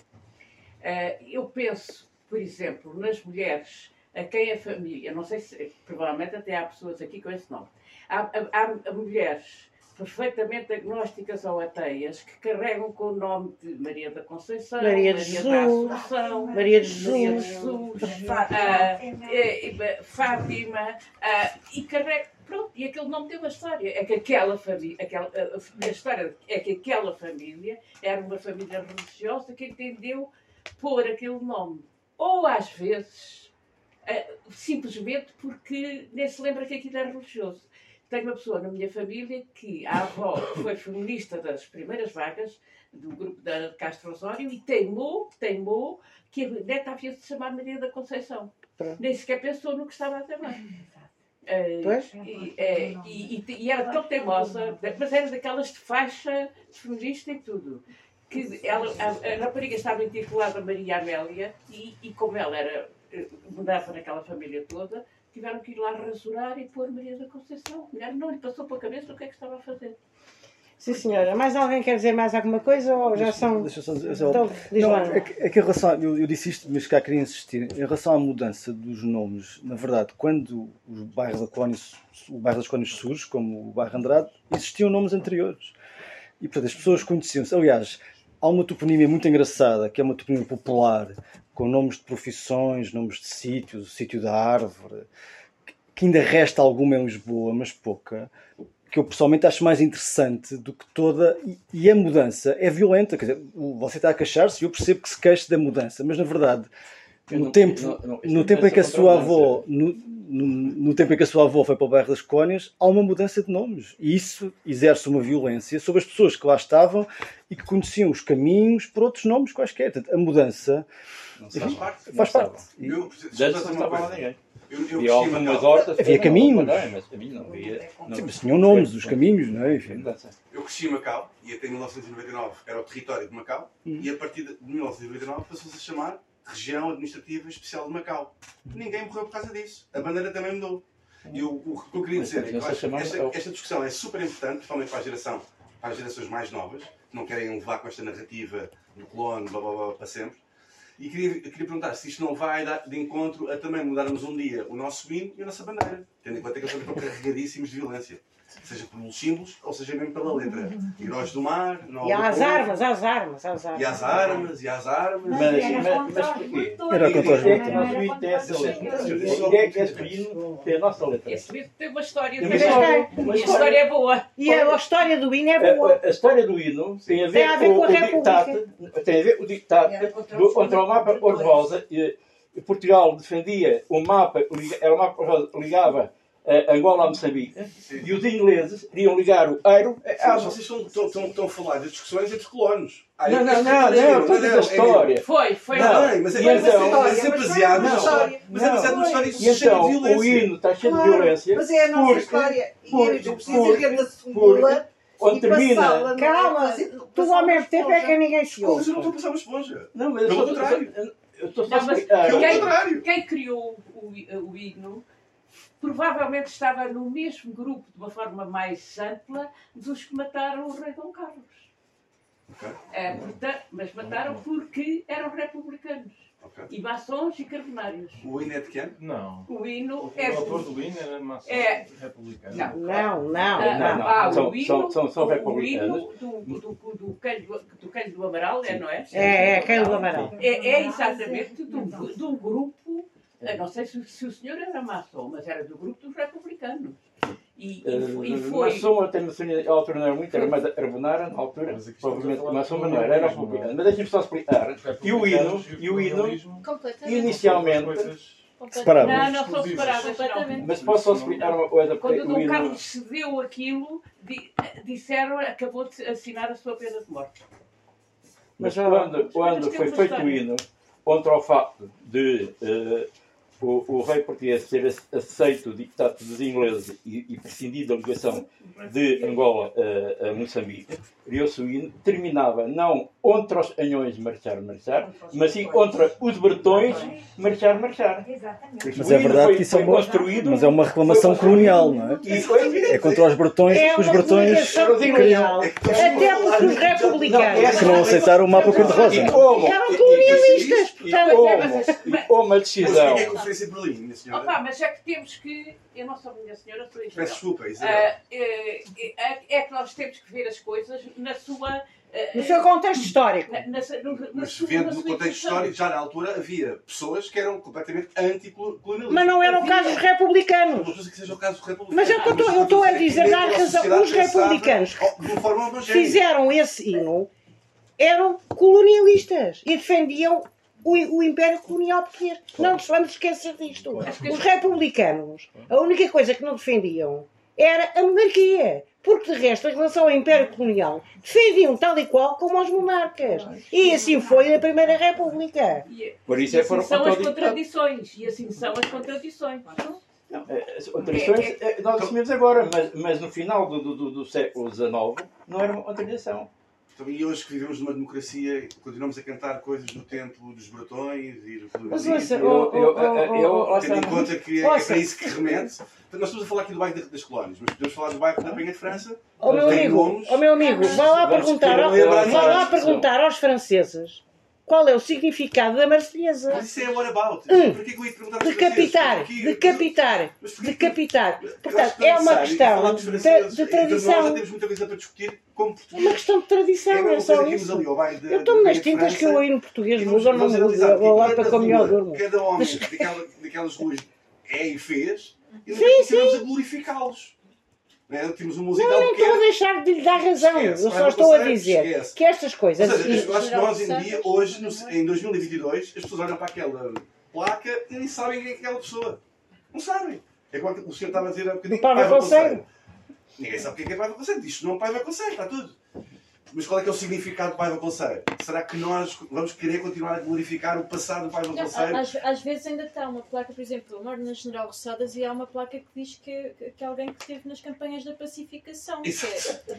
Uh, eu penso, por exemplo, nas mulheres a quem a família, não sei se, provavelmente até há pessoas aqui com esse nome, há, há, há mulheres perfeitamente agnósticas ou ateias que carregam com o nome de Maria da Conceição, Maria Maria, de da Jesus, Assunção, Maria de Maria de Jesus, Jesus, uh, uh, Fátima, uh, e carrega, pronto, e aquele nome tem uma história, é que aquela família, aquela, a, a história é que aquela família era uma família religiosa que entendeu pôr aquele nome, ou às vezes, uh, simplesmente porque nem se lembra que aquilo é religioso. Tenho uma pessoa na minha família que a avó foi feminista das primeiras vagas do grupo da Castro Osório e teimou, teimou que a neta havia de se chamar Maria da Conceição. Pronto. Nem sequer pensou no que estava a chamar. Uh, Pois? e, é, e, e, e era tão teimosa, mas era daquelas de faixa feminista e tudo. Que ela, a, a rapariga estava intitulada Maria Amélia e, e como ela era, mudava naquela família toda, tiveram que ir lá rasurar e pôr Maria da Conceição. A mulher não lhe passou pela cabeça o que é que estava a fazer. Sim, senhora. Mais alguém quer dizer mais alguma coisa ou já são... Deixa eu só dizer, só- Então, diz não, lá. é que, é que em relação a- eu, eu disse isto, mas cá queria insistir. Em relação à mudança dos nomes, na verdade, quando o bairro, da Colónia, o bairro das Colónias surge, como o bairro Andrade, existiam nomes anteriores. E, portanto, as pessoas conheciam-se. Aliás, há uma toponímia muito engraçada, que é uma toponímia popular, com nomes de profissões, nomes de sítios, o sítio da árvore, que ainda resta alguma em Lisboa, mas pouca, que eu pessoalmente acho mais interessante do que toda, e, e a mudança é violenta, quer dizer, você está a queixar-se e eu percebo que se queixe da mudança, mas na verdade, Eu no não- tempo, não- não- isto no não tempo em que a pensa sua contra a avó, no, no, no tempo em que a sua avó foi para o bairro das Colónias, há uma mudança de nomes, e isso exerce uma violência sobre as pessoas que lá estavam e que conheciam os caminhos por outros nomes quaisquer. Portanto, a mudança Não enfim, sabe. parte. faz parte. E- Eu preciso Desde fazer que não uma estava lá coisa. ninguém. Eu, eu E cresci em algumas Macau. hortas... Havia caminhos. Não, mas a mim não havia... não- Sim, mas tinham nomes, os caminhos, não é? Enfim. Mudança. Eu cresci em Macau e até mil novecentos e noventa e nove era o território de Macau e a partir de mil novecentos e noventa e nove passou-se a chamar Região Administrativa Especial de Macau. Ninguém morreu por causa disso. A bandeira também mudou. E o, o que eu queria Mas dizer é que eu continua-se a acho que chamar esta, Macau. esta discussão é super importante, principalmente para a geração, para as gerações mais novas, que não querem levar com esta narrativa do clone, blá blá blá, para sempre. E queria, eu queria perguntar se isto não vai dar de encontro a também mudarmos um dia o nosso hino e a nossa bandeira, tendo em conta que eles estão carregadíssimos de violência. Seja pelos símbolos, ou seja mesmo pela letra. Heróis do mar, e às armas, às armas, às armas. E às armas, e às armas. Mas, mas, mas porquê? Era contra os Quem é que o nosso hino tem essa letra? Quem é que esse hino tem a nossa letra? Esse hino tem uma história. Tem Uma uma história, história. uma história é boa. E a, a história do hino é boa. A, a história do hino tem a ver, Tem a ver com, com a o República. dictate, tem a ver o dictate do, contra o mapa cor-de-rosa. E, e Portugal defendia o mapa, era o mapa cor-de-rosa, ligava a Angola a Moçambique, e os ingleses iriam ligar o euro a África. Vocês estão, estão, estão, estão a falar de discussões entre colonos. Ah, não, não, este não, é não, meu, estou a dizer a história. Foi, foi. Não, Não, mas é, e mas então- é, mas é baseado na história. Mas é Não. baseado na história E cheia de então, violência. o hino está cheio de Claro, violência. mas é a nossa porque- história. E porque- é preciso porque- ver da segunda Onde e termina. passá-la, não é? Calma, Fazer- tudo passar ao uma mesmo tempo é esponja. que ninguém se Mas ouve. eu não estou a passar uma esponja. Não, mas eu Pelo só- contrário. eu estou só a Não, mas explicar. Pelo quem, contrário. quem criou o, o hino provavelmente estava no mesmo grupo, de uma forma mais ampla, dos que mataram o rei Dom Carlos. Ok. É, portanto, mas mataram porque eram republicanos. Ok. E maçons e carbonários. O hino é de quem? Não. O hino O é... autor do hino era maçom É. republicano. Não. Não, não, Ah, não, não. não. Ah, São- o hino, são- são- são o republicanos. hino do, do, do, do, Coelho do, do Coelho do Amaral, é, não é? É, é, Coelho do Amaral. É, é exatamente de um, de um grupo, eu não sei se, se o senhor era maçom, mas era do grupo dos republicanos. E, e, e foi... Maçom até na altura não era muito, era mais Arbonara, na altura, Mas aqui estamos provavelmente a falar Maçom, de mas não era, era colonialismo, republicano. não é? Mas deixem-me só explicar. E o hino, e o hino, Completamente. inicialmente, Coisas- Separados. Não, não são Exclusivos. separadas, não. Completamente. mas posso só explicar uma coisa, porque Quando o o Dom hino... Carlos cedeu aquilo, di- disseram, acabou de assinar a sua pena de morte. Mas Mas, quando, quando temos foi a feito o história. hino, contra o facto de eh, o, o rei português ter ace- aceito o dictato dos ingleses e, e prescindido da ligação de Angola a, a Moçambique, criou-se o hino, terminava não contra os anhões marchar, marchar, mas sim contra os bretões marchar, marchar. Exatamente. Mas O é hino verdade foi- que isso é foi uma, construído- mas é uma reclamação foi construído- colonial, não é? E foi, É contra os bretões, É porque os uma bretões comunicação colonial. Até porque os republicanos que não aceitaram o mapa cor-de-rosa. E como, eram colonialistas. e Portanto, como, mas- e como a Mas decisão... o que é a Conferência de Berlim, minha senhora? Opa, mas é que temos que... Eu não sou minha senhora, sou Isabel. Peço desculpa, Isabel. Ah, é, é- é que nós temos que ver as coisas na sua... ah, no seu contexto histórico. na, na, no- na Mas sua- vendo na no sua contexto evolução. histórico, já na altura havia pessoas que eram completamente anticolonialistas. Mas não eram casos republicanos. Não estou que seja o caso republicano. Mas é o que eu estou- eu estou a dizer, dá razão. Os republicanos de uma forma homogénea. Fizeram esse hino, eram colonialistas e defendiam o, o Império Colonial Português. Não nos vamos esquecer disto. Os republicanos, a única coisa que não defendiam era a monarquia. Porque de resto, em relação ao Império Colonial, defendiam tal e qual como os monarcas. E assim foi na Primeira República. E, Por isso e é foram assim são contra as o dictado. contradições. E assim são as contradições. Não, eh, as contradições eh, nós assumimos agora, mas, mas no final do, do, do- do século dezenove não era uma contradição. Então, e hoje que vivemos numa democracia, continuamos a cantar coisas do tempo dos bretões e do Mas colonialismo. ouça, Eu, oh, eu, oh, oh, eu, eu, lá Tendo está, em conta que é, é Ouça. para isso que remete. Portanto, nós estamos a falar aqui do bairro das colónias, mas podemos falar do bairro da Penha de França. Ó meu Tem amigo, nomes. ó meu amigo, vá lá Vamos perguntar, ao- lembrar vá lá disso. perguntar aos franceses qual é o significado da Marselhesa. Mas isso é what about? Hum. Porquê que eu ia perguntar aos Decapitar, franceses? decapitar, Mas porquê que- decapitar. Eu acho Portanto, que é uma necessário falar questão dos de, franceses. de Então, nós já tradição. temos muita coisa para discutir como É uma português. questão de tradição, É a é mesma só coisa que vimos isso. ali ao bairro de- Eu tomo da nas Penha de tintas que França. o hino português E muda ou não vamos muda. analisar Vou lá porque para cada comer ao rua, durmo. Cada homem daquela, daquelas ruas é e fez, e Sim, nós continuamos a glorificá-los. Né? Temos um musical Não, não estou a pequeno. deixar de lhe dar razão. Esquece, Eu vai só no estou a concerto, dizer esquece. que estas Ou coisas. seja, e- eu acho que nós, em dia, hoje, no- em dois mil e vinte e dois, as pessoas olham para aquela placa e nem sabem quem é aquela pessoa. Não sabem. É como o senhor estava a dizer há bocadinho. Do Paiva Paiva Conceiro. Conceiro. Ninguém sabe quem é que é Paiva Conceiro. Diz-se não Paiva Conceiro, está tudo. Mas qual é que é o significado do Paiva Conceiro? Será que nós vamos querer continuar a glorificar o passado do Paiva Não, Conceiro? às, às vezes ainda está uma placa, por exemplo, eu moro na General Roçadas e há uma placa que diz que, que alguém que esteve nas campanhas da pacificação. Que é,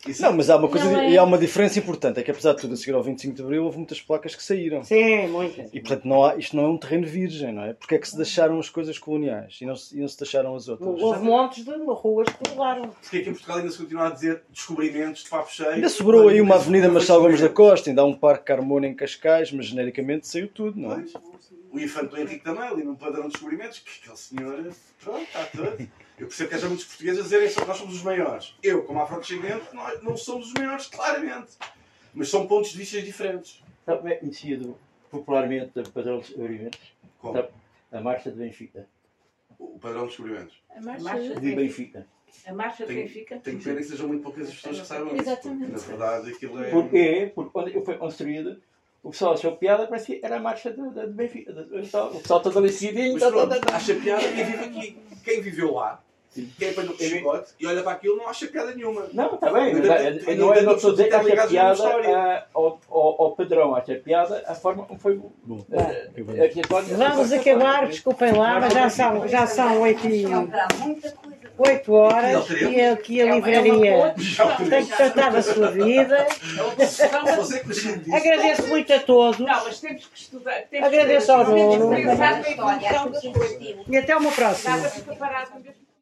Isso Não, mas há uma coisa, Não é- e há uma diferença importante, é que apesar de tudo, a seguir ao vinte e cinco de Abril, houve muitas placas que saíram. Sim, muitas. E portanto, não há, isto não é um terreno virgem, não é? Porque é que se deixaram as coisas coloniais e não se, e não se deixaram as outras? Houve montes de ruas que mudaram. Porque aqui em Portugal ainda se continua a dizer descobrimentos de papo cheio. Ainda sobrou aí uma Avenida Marcelo Gomes da Costa, ainda há um Parque Carmona em Cascais, mas genericamente saiu tudo, não é? O Infante do Henrique também, ali num padrão de descobrimentos, que aquele senhor, pronto, está todo. Eu percebo que haja muitos portugueses a dizerem que nós somos os maiores. Eu, como afrodescendente, nós não somos os maiores, claramente. Mas são pontos de vista diferentes. Sabe como é conhecido popularmente o padrão de descobrimentos? Como? Sabe? A Marcha de Benfica. O padrão de descobrimentos. A marcha, Marcha De Benfica. a marcha de Tenho, Benfica. tenho pena que sejam muito poucas as pessoas que saibam isso. Exatamente. Na verdade, aquilo é... Porquê? Porque quando foi construído, o pessoal achou piada, parecia que era a marcha de, de, de Benfica. De, de, o pessoal todo ali seguidinho. Mas tá, tá, pronto, tá, tá. acha piada quem vive aqui. Quem viveu lá, quem apanhou o chicote e olha para aquilo, não acha piada nenhuma. Não, está bem, mas, Ainda é- tem- não é ainda não estou a dizer que tem acha ligados à mesma piada ah, ao, ao, ao padrão, acha piada a forma como foi. Bom, ah, aqui a Cláudia- Vamos acabar, desculpem lá, mas já são, já são oito, e, oito horas e aqui a livraria tem que tratar da sua vida. Você que decide disso. Agradeço muito a todos Não, mas temos que estudar. Temos Agradeço ao que, temos Nuno. que pensar na evolução das coisas. e até uma próxima. Nada fica parado.